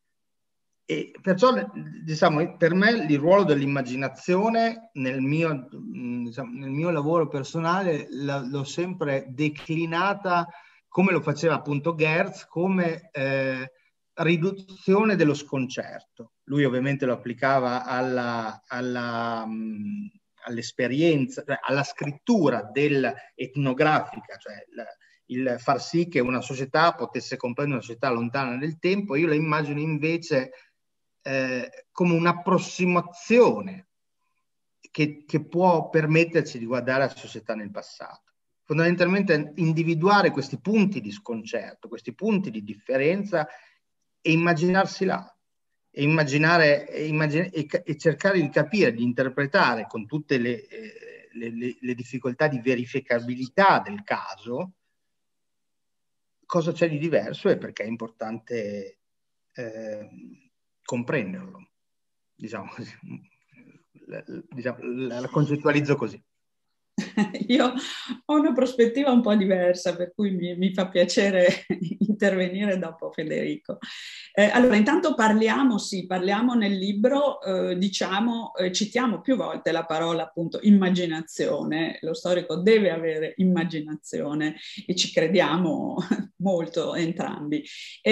E perciò, diciamo, per me il ruolo dell'immaginazione nel mio, diciamo, nel mio lavoro personale l'ho sempre declinata, come lo faceva appunto Gertz, come eh, riduzione dello sconcerto. Lui ovviamente lo applicava alla, alla, um, all'esperienza, cioè alla scrittura dell'etnografica, cioè la, il far sì che una società potesse comprendere una società lontana nel tempo. Io la immagino invece eh, come un'approssimazione che, che può permetterci di guardare la società nel passato. Fondamentalmente individuare questi punti di sconcerto, questi punti di differenza e immaginarsi là. E immaginare e, immagine, e, e cercare di capire, di interpretare con tutte le, eh, le, le, le difficoltà di verificabilità del caso cosa c'è di diverso e perché è importante eh, comprenderlo. Diciamo così. La, diciamo, la, la concettualizzo così. Io ho una prospettiva un po' diversa, per cui mi, mi fa piacere intervenire dopo Federico. Eh, allora, intanto parliamo, sì, parliamo nel libro, eh, diciamo, eh, citiamo più volte la parola appunto immaginazione. Lo storico deve avere immaginazione e ci crediamo molto entrambi.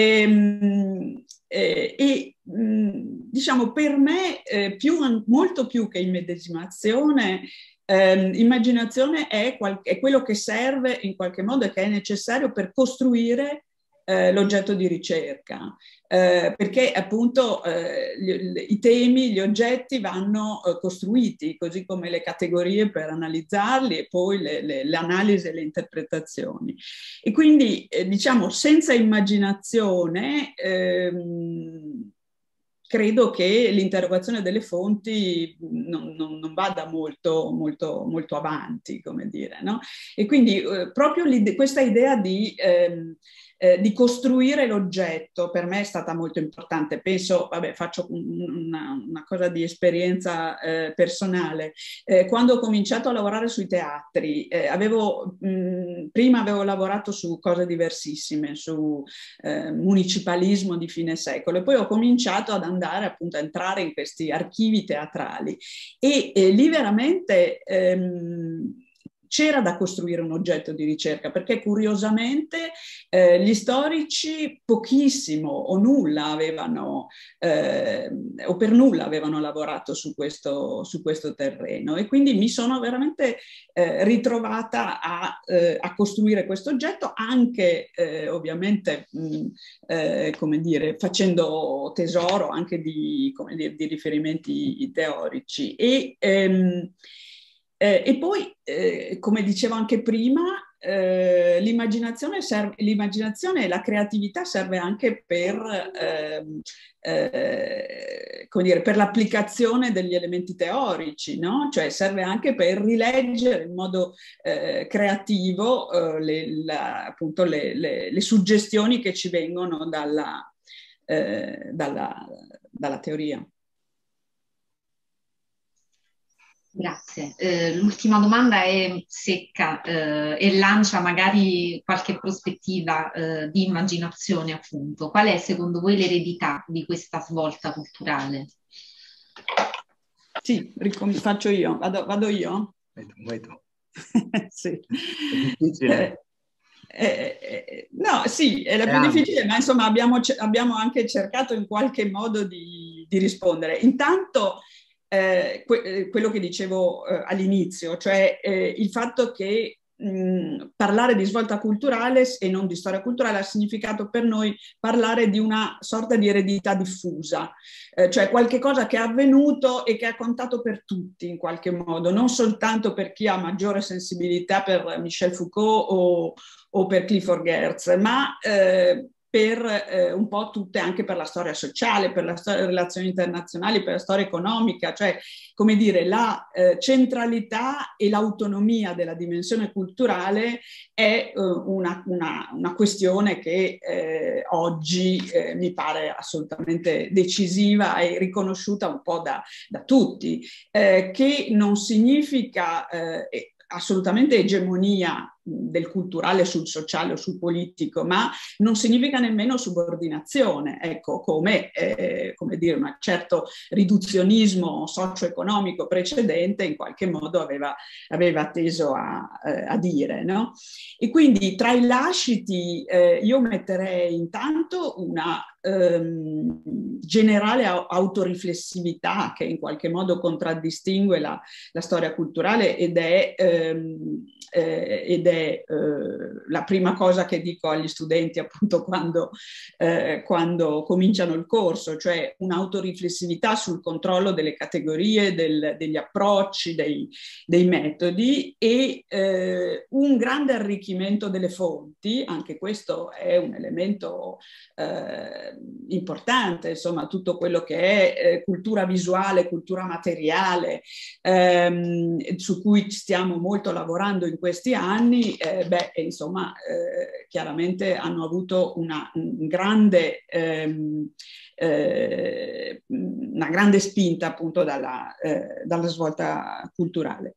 E, eh, e diciamo, per me, eh, più, molto più che immedesimazione, Eh, immaginazione è, qual- è quello che serve in qualche modo e che è necessario per costruire eh, l'oggetto di ricerca, eh, perché appunto eh, gli, i temi, gli oggetti vanno eh, costruiti, così come le categorie per analizzarli e poi le, le, l'analisi e le interpretazioni. E quindi eh, diciamo senza immaginazione ehm, credo che l'interrogazione delle fonti non, non, non vada molto, molto, molto avanti, come dire, no? E quindi eh, proprio questa idea di, ehm, eh, di costruire l'oggetto per me è stata molto importante. Penso, vabbè, faccio una, una cosa di esperienza eh, personale. Eh, quando ho cominciato a lavorare sui teatri, eh, avevo, mh, prima avevo lavorato su cose diversissime, su eh, municipalismo di fine secolo, e poi ho cominciato ad andare appunto a entrare in questi archivi teatrali e eh, lì veramente ehm, c'era da costruire un oggetto di ricerca, perché curiosamente eh, gli storici pochissimo o nulla avevano, eh, o per nulla avevano lavorato su questo, su questo terreno, e quindi mi sono veramente eh, ritrovata a, eh, a costruire questo oggetto, anche eh, ovviamente mh, eh, come dire, facendo tesoro anche di, come dire, di riferimenti teorici. E, ehm, Eh, e poi, eh, come dicevo anche prima, eh, l'immaginazione, serve, l'immaginazione e la creatività serve anche per, eh, eh, come dire, per l'applicazione degli elementi teorici, no? Cioè serve anche per rileggere in modo eh, creativo eh, le, la, appunto le, le, le suggestioni che ci vengono dalla, eh, dalla, dalla teoria. Grazie. Eh, l'ultima domanda è secca eh, e lancia magari qualche prospettiva eh, di immaginazione, appunto. Qual è secondo voi l'eredità di questa svolta culturale? Sì, ricom- faccio io, vado, vado io? Vai tu, vai tu. Sì. È difficile. Eh, eh, eh, no, sì, è la È più ampio. difficile, ma insomma abbiamo, abbiamo anche cercato in qualche modo di, di rispondere. Intanto, Eh, que- quello che dicevo eh, all'inizio, cioè eh, il fatto che mh, parlare di svolta culturale e non di storia culturale ha significato per noi parlare di una sorta di eredità diffusa, eh, cioè qualche cosa che è avvenuto e che ha contato per tutti in qualche modo, non soltanto per chi ha maggiore sensibilità per Michel Foucault o, o per Clifford Geertz, ma eh, per eh, un po' tutte, anche per la storia sociale, per la storia delle relazioni internazionali, per la storia economica, cioè, come dire, la eh, centralità e l'autonomia della dimensione culturale è eh, una, una, una questione che eh, oggi eh, mi pare assolutamente decisiva e riconosciuta un po' da, da tutti, eh, che non significa eh, assolutamente egemonia del culturale sul sociale o sul politico, ma non significa nemmeno subordinazione, ecco, come, eh, come dire, un certo riduzionismo socio-economico precedente in qualche modo aveva, aveva teso a, eh, a dire, no? E quindi tra i lasciti eh, io metterei intanto una ehm, generale autoriflessività che in qualche modo contraddistingue la, la storia culturale ed è, ehm, eh, ed è Eh, la prima cosa che dico agli studenti appunto quando, eh, quando cominciano il corso, cioè un'autoriflessività sul controllo delle categorie, del, degli approcci, dei, dei metodi e eh, un grande arricchimento delle fonti, anche questo è un elemento eh, importante, insomma tutto quello che è eh, cultura visuale, cultura materiale, ehm, su cui stiamo molto lavorando in questi anni. Eh, beh, insomma, eh, chiaramente hanno avuto una, un grande, ehm, eh, una grande spinta appunto dalla, eh, dalla svolta culturale.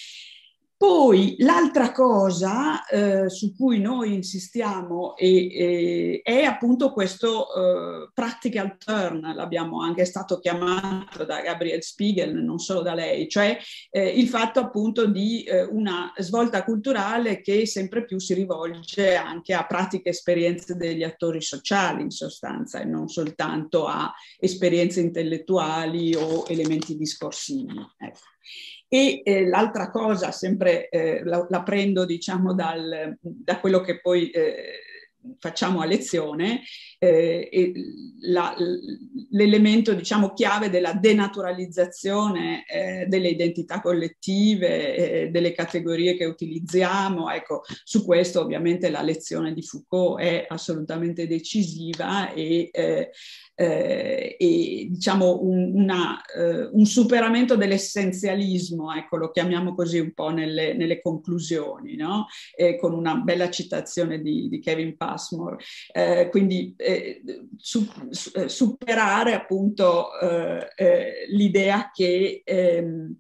Poi l'altra cosa eh, su cui noi insistiamo è, è, è appunto questo uh, practical turn, l'abbiamo anche stato chiamato da Gabrielle Spiegel, non solo da lei, cioè eh, il fatto appunto di eh, una svolta culturale che sempre più si rivolge anche a pratiche e esperienze degli attori sociali in sostanza e non soltanto a esperienze intellettuali o elementi discorsivi. Ecco. E eh, l'altra cosa, sempre eh, la, la prendo diciamo dal, da quello che poi eh, facciamo a lezione, eh, e la, l'elemento diciamo chiave della denaturalizzazione eh, delle identità collettive, eh, delle categorie che utilizziamo. Ecco, su questo ovviamente la lezione di Foucault è assolutamente decisiva e eh, Eh, e diciamo un, una, eh, un superamento dell'essenzialismo, ecco, lo chiamiamo così un po' nelle, nelle conclusioni, no? Eh, con una bella citazione di, di Kevin Passmore. Eh, quindi eh, su, su, superare appunto eh, eh, l'idea che ehm,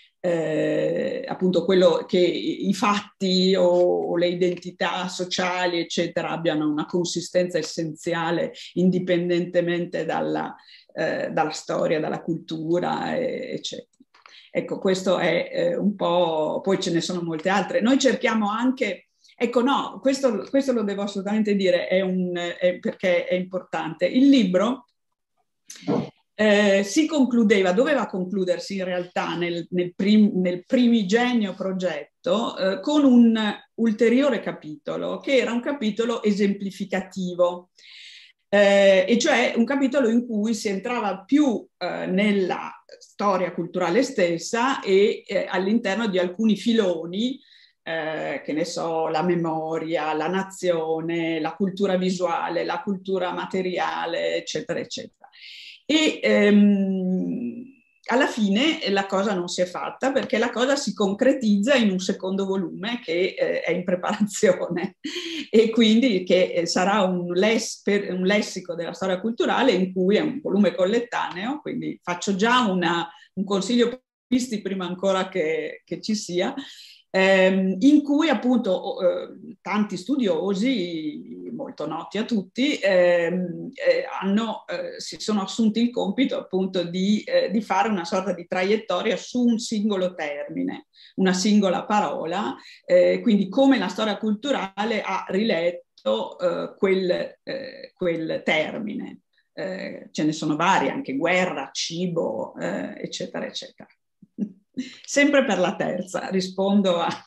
Eh, appunto quello che i fatti o, o le identità sociali eccetera abbiano una consistenza essenziale indipendentemente dalla, eh, dalla storia, dalla cultura eh, eccetera. Ecco, questo è eh, un po', poi ce ne sono molte altre. Noi cerchiamo anche, ecco no, questo, questo lo devo assolutamente dire, è un, è perché è importante. Il libro eh, si concludeva, doveva concludersi in realtà nel, nel, prim, nel primigenio progetto eh, con un ulteriore capitolo, che era un capitolo esemplificativo. Eh, e cioè un capitolo in cui si entrava più eh, nella storia culturale stessa e eh, all'interno di alcuni filoni, eh, che ne so, la memoria, la nazione, la cultura visuale, la cultura materiale, eccetera, eccetera. E ehm, alla fine la cosa non si è fatta perché la cosa si concretizza in un secondo volume che eh, è in preparazione e quindi che eh, sarà un, les- per, un lessico della storia culturale in cui è un volume collettaneo, quindi faccio già una, un consiglio visti prima ancora che, che ci sia, ehm, in cui appunto eh, tanti studiosi molto noti a tutti ehm, eh, hanno, eh, si sono assunti il compito appunto di, eh, di fare una sorta di traiettoria su un singolo termine, una singola parola, eh, quindi come la storia culturale ha riletto eh, quel, eh, quel termine. Eh, ce ne sono vari, anche guerra, cibo, eh, eccetera, eccetera. Sempre per la terza, rispondo a...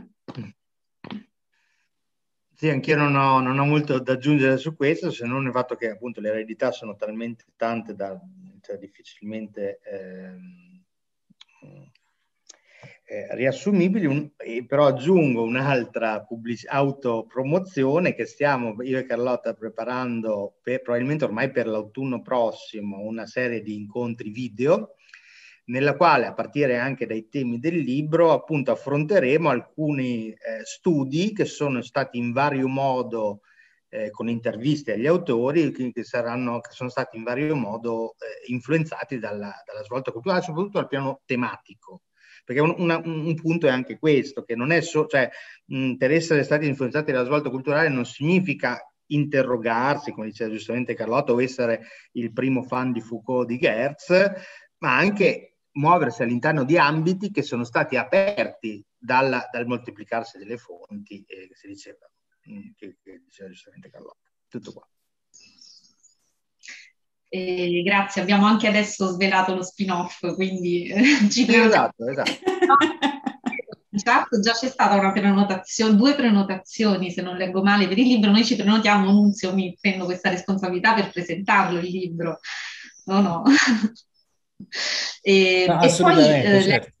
Sì, anch'io non ho, non ho molto da aggiungere su questo, se non il fatto che appunto le eredità sono talmente tante da cioè, difficilmente ehm, eh, riassumibili, un, eh, però aggiungo un'altra pubblic- autopromozione che stiamo io e Carlotta preparando per, probabilmente ormai per l'autunno prossimo, una serie di incontri video nella quale, a partire anche dai temi del libro, appunto affronteremo alcuni eh, studi che sono stati in vario modo, eh, con interviste agli autori, che, che, saranno, che sono stati in vario modo eh, influenzati dalla, dalla svolta culturale, soprattutto al piano tematico. Perché un, una, un punto è anche questo, che non è solo, cioè, mh, per essere stati influenzati dalla svolta culturale non significa interrogarsi, come diceva giustamente Carlotta, o essere il primo fan di Foucault o di Geertz, ma anche muoversi all'interno di ambiti che sono stati aperti dal, dal moltiplicarsi delle fonti, eh, che si diceva, che, che diceva giustamente Carlotta. Tutto qua. Eh, grazie, abbiamo anche adesso svelato lo spin-off, quindi eh, ci sì, esatto, esatto. In chat già c'è stata una prenotazione, due prenotazioni se non leggo male per il libro, noi ci prenotiamo, Nunzio, mi prendo questa responsabilità per presentarlo il libro, no no. E, no, e poi eh, certo.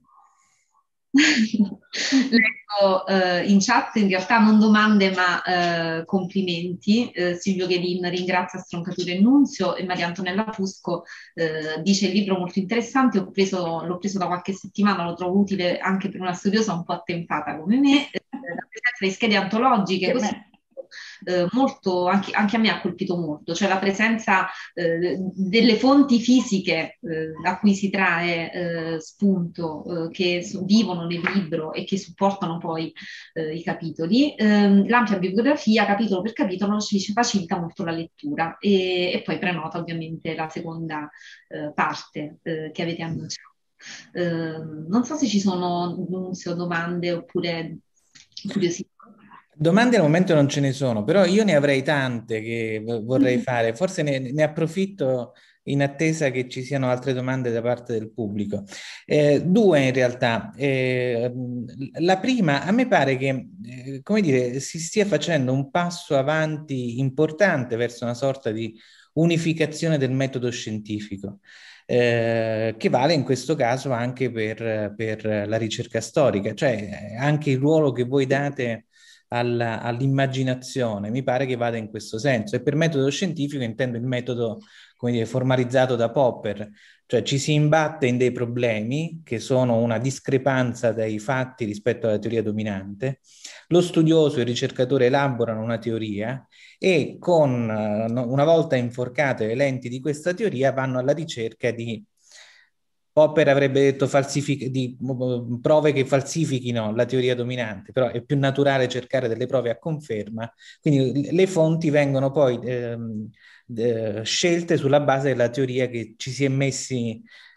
leggo eh, in chat in realtà non domande ma eh, complimenti. eh, Silvio Ghelin ringrazia Stroncature e Nunzio e Maria Antonella Fusco eh, dice il libro molto interessante, ho preso, l'ho preso da qualche settimana, lo trovo utile anche per una studiosa un po' attempata come me, eh, la presenza di schede antologiche così Eh, molto, anche, anche a me ha colpito molto, cioè la presenza eh, delle fonti fisiche eh, da cui si trae eh, spunto, eh, che so, vivono nel libro e che supportano poi eh, i capitoli. Eh, l'ampia bibliografia, capitolo per capitolo, ci facilita molto la lettura e, e poi prenota ovviamente la seconda eh, parte eh, che avete annunciato. Eh, non so se ci sono Nunzio, domande oppure curiosità. Domande al momento non ce ne sono, però io ne avrei tante che vorrei fare, forse ne, ne approfitto in attesa che ci siano altre domande da parte del pubblico. Eh, due in realtà. Eh, la prima, a me pare che, eh, come dire, si stia facendo un passo avanti importante verso una sorta di unificazione del metodo scientifico. Eh, che vale in questo caso anche per, per la ricerca storica, cioè anche il ruolo che voi date alla, all'immaginazione, mi pare che vada in questo senso. E per metodo scientifico intendo il metodo, come dire, formalizzato da Popper, cioè ci si imbatte in dei problemi che sono una discrepanza dai fatti rispetto alla teoria dominante, lo studioso e il ricercatore elaborano una teoria e con, una volta inforcate le lenti di questa teoria, vanno alla ricerca di, Popper avrebbe detto falsific- di prove che falsifichino la teoria dominante, però è più naturale cercare delle prove a conferma, quindi le fonti vengono poi ehm, eh, scelte sulla base della teoria che ci si è messi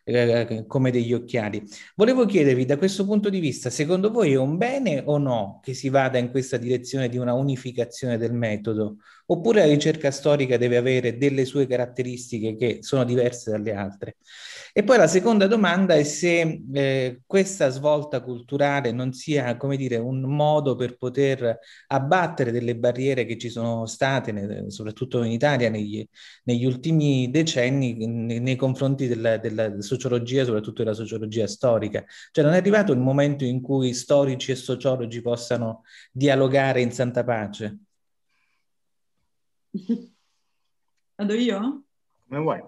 eh, come degli occhiali. Volevo chiedervi, da questo punto di vista, secondo voi è un bene o no che si vada in questa direzione di una unificazione del metodo? Oppure la ricerca storica deve avere delle sue caratteristiche che sono diverse dalle altre? E poi la seconda domanda è se eh, questa svolta culturale non sia, come dire, un modo per poter abbattere delle barriere che ci sono state, ne, soprattutto in Italia, negli, negli ultimi decenni, nei, nei confronti della, della sociologia, soprattutto della sociologia storica. Cioè non è arrivato il momento in cui storici e sociologi possano dialogare in santa pace? Vado io? Come vuoi.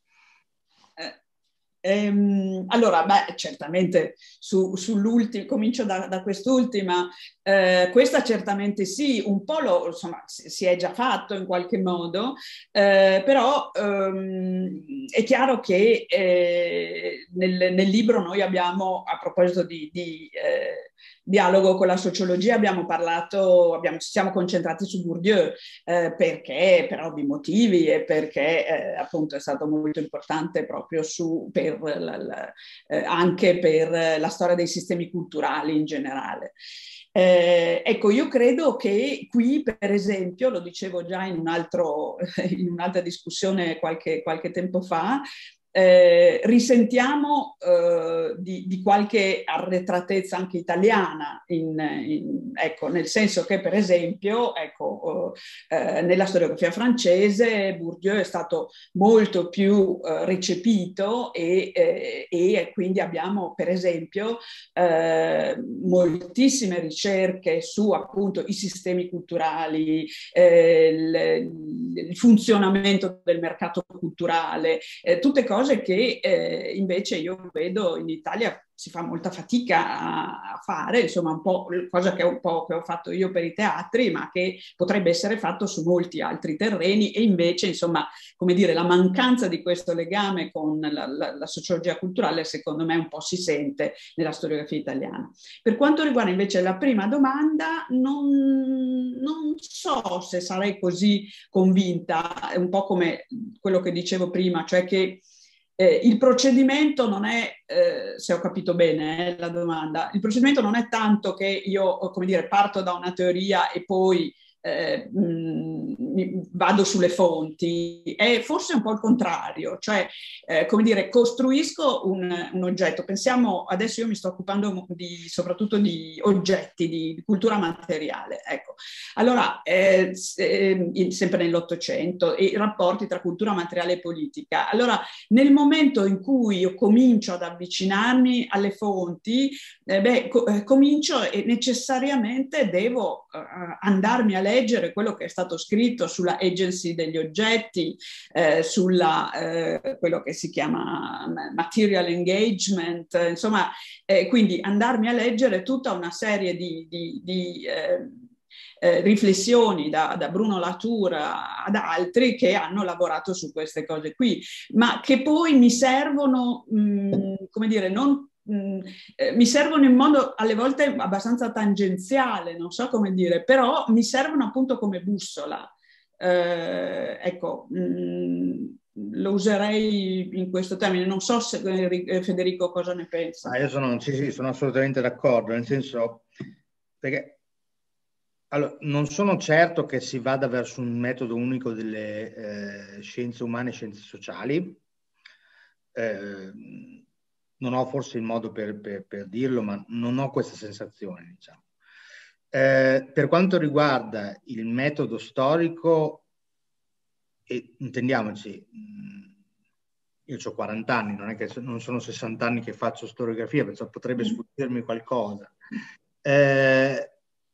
Ehm, allora, beh, certamente su, sull'ultimo, comincio da, da quest'ultima, eh, questa certamente sì, un po' lo, insomma, si, si è già fatto in qualche modo, eh, però ehm, è chiaro che eh, nel, nel libro noi abbiamo, a proposito di, di eh, dialogo con la sociologia, abbiamo parlato, abbiamo, ci siamo concentrati su Bourdieu, eh, perché per ovvi motivi e perché eh, appunto è stato molto importante proprio su, per la, la, eh, anche per la storia dei sistemi culturali in generale. Eh, ecco, io credo che qui, per esempio, lo dicevo già in, un altro, in un'altra discussione qualche, qualche tempo fa, Eh, risentiamo eh, di, di qualche arretratezza anche italiana, in, in, ecco, nel senso che per esempio ecco, eh, nella storiografia francese Bourdieu è stato molto più eh, recepito e, eh, e quindi abbiamo per esempio eh, moltissime ricerche su appunto i sistemi culturali, eh, il, il funzionamento del mercato culturale, eh, tutte cose che eh, invece io vedo in Italia si fa molta fatica a, a fare, insomma un po' cosa che, un po' che ho fatto io per i teatri, ma che potrebbe essere fatto su molti altri terreni, e invece insomma come dire la mancanza di questo legame con la, la, la sociologia culturale secondo me un po' si sente nella storiografia italiana. Per quanto riguarda invece la prima domanda, non, non so se sarei così convinta, è un po' come quello che dicevo prima, cioè che Eh, il procedimento non è, eh, se ho capito bene eh, la domanda, il procedimento non è tanto che io, come dire, parto da una teoria e poi eh, mh, vado sulle fonti, è forse un po' il contrario, cioè eh, come dire, costruisco un, un oggetto. Pensiamo, adesso io mi sto occupando di, soprattutto di oggetti, di, di cultura materiale, ecco. Allora, eh, se, sempre nell'Ottocento, e i rapporti tra cultura materiale e politica. Allora, nel momento in cui io comincio ad avvicinarmi alle fonti, eh, beh, co- eh, comincio e necessariamente devo eh, andarmi a leggere quello che è stato scritto sulla agency degli oggetti, eh, sulla eh, quello che si chiama material engagement, eh, insomma, eh, quindi andarmi a leggere tutta una serie di, di, di eh, eh, riflessioni da, da Bruno Latour ad altri che hanno lavorato su queste cose qui, ma che poi mi servono, mh, come dire, non Mm, eh, mi servono in modo alle volte abbastanza tangenziale, non so come dire, però mi servono appunto come bussola. Eh, ecco, mh, lo userei in questo termine. Non so se Federico cosa ne pensa. Ah, io sono, sì, sì, sono assolutamente d'accordo, nel senso perché allora, non sono certo che si vada verso un metodo unico delle eh, scienze umane e scienze sociali. Eh, non ho forse il modo per, per, per dirlo, ma non ho questa sensazione, diciamo. Eh, per quanto riguarda il metodo storico, e intendiamoci, io ho quaranta anni, non è che non sono sessanta anni che faccio storiografia, perciò potrebbe sfuggirmi qualcosa. Eh,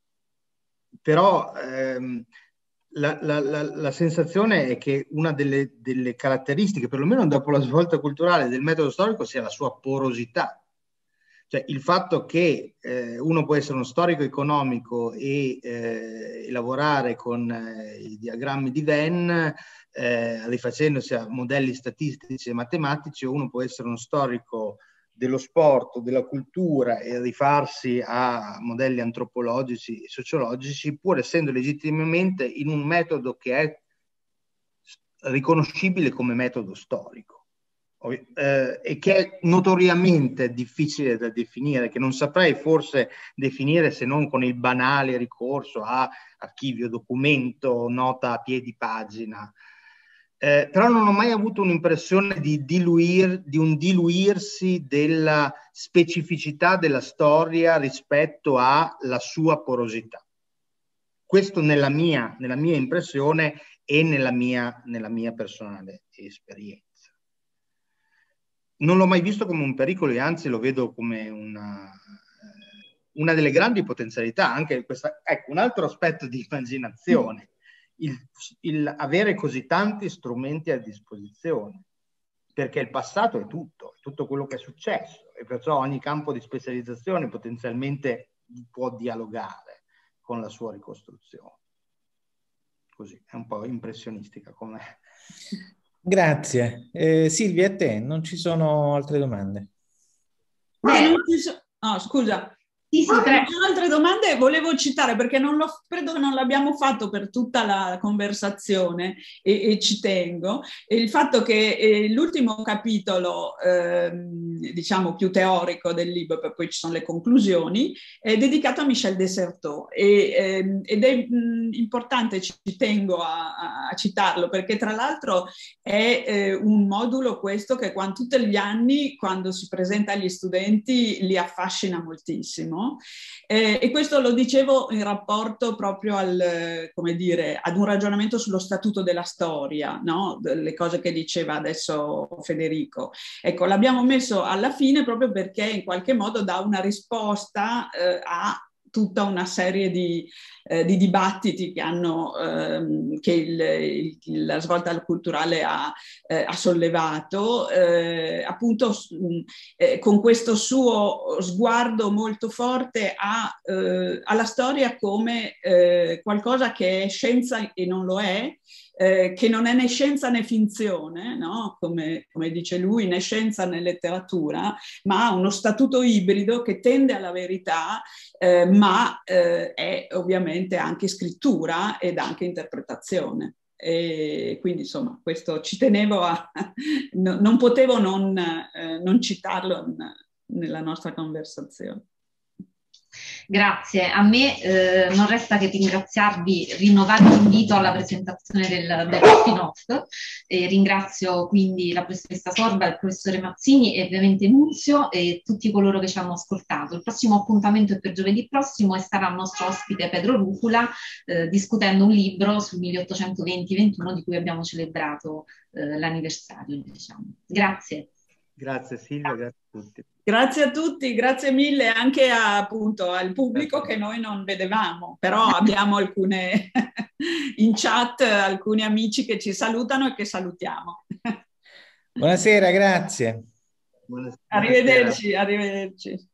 però ehm, La, la, la, la sensazione è che una delle, delle caratteristiche, perlomeno dopo la svolta culturale, del metodo storico sia la sua porosità. Cioè il fatto che eh, uno può essere uno storico economico e, eh, e lavorare con eh, i diagrammi di Venn, eh, rifacendosi a modelli statistici e matematici, o uno può essere uno storico dello sport, della cultura, e rifarsi a modelli antropologici e sociologici, pur essendo legittimamente in un metodo che è riconoscibile come metodo storico. eh, e che è notoriamente difficile da definire, che non saprei forse definire se non con il banale ricorso a archivio, documento, nota a piedi pagina. Eh, però non ho mai avuto un'impressione di, diluir, di un diluirsi della specificità della storia rispetto alla sua porosità. Questo nella mia, nella mia impressione e nella mia, nella mia personale esperienza. Non l'ho mai visto come un pericolo e anzi lo vedo come una, una delle grandi potenzialità, anche questa, ecco, un altro aspetto di immaginazione. Il, il avere così tanti strumenti a disposizione, perché il passato è tutto, è tutto quello che è successo e perciò ogni campo di specializzazione potenzialmente può dialogare con la sua ricostruzione. Così, è un po' impressionistica come... Grazie. Eh, Silvia, a te, non ci sono altre domande? Eh, non ci so... No, scusa. Sì, sì, ah, tre altre domande volevo citare perché non lo, credo che non l'abbiamo fatto per tutta la conversazione e, e ci tengo. E il fatto che eh, l'ultimo capitolo, ehm, diciamo più teorico del libro, poi ci sono le conclusioni, è dedicato a Michel Desserteaux e, ehm, ed è mh, importante, ci tengo a, a citarlo perché tra l'altro è eh, un modulo questo che quando, tutti gli anni quando si presenta agli studenti li affascina moltissimo. Eh, e questo lo dicevo in rapporto proprio al, come dire, ad un ragionamento sullo statuto della storia, no? Le cose che diceva adesso Federico. Ecco, l'abbiamo messo alla fine proprio perché in qualche modo dà una risposta eh, a tutta una serie di, eh, di dibattiti che, hanno, ehm, che il, il, la svolta culturale ha, eh, ha sollevato, eh, appunto eh, con questo suo sguardo molto forte a, eh, alla storia come eh, qualcosa che è scienza e non lo è, Eh, che non è né scienza né finzione, no? come, come dice lui, né scienza né letteratura, ma ha uno statuto ibrido che tende alla verità, eh, ma eh, è ovviamente anche scrittura ed anche interpretazione. E quindi insomma questo ci tenevo a... no, non potevo non, eh, non citarlo in, nella nostra conversazione. Grazie, a me eh, non resta che ringraziarvi, rinnovare l'invito alla presentazione del, del spin-off e ringrazio quindi la professoressa Sorba, il professore Mazzini e ovviamente Nunzio e tutti coloro che ci hanno ascoltato. Il prossimo appuntamento è per giovedì prossimo e sarà il nostro ospite Pedro Rucula eh, discutendo un libro sul milleottocentoventi ventuno di cui abbiamo celebrato eh, l'anniversario. Diciamo. Grazie. Grazie Silvia, grazie a tutti. Grazie a tutti, grazie mille anche a, appunto al pubblico che noi non vedevamo, però abbiamo alcune in chat, alcuni amici che ci salutano e che salutiamo. Buonasera, grazie. Buonasera. Arrivederci, arrivederci.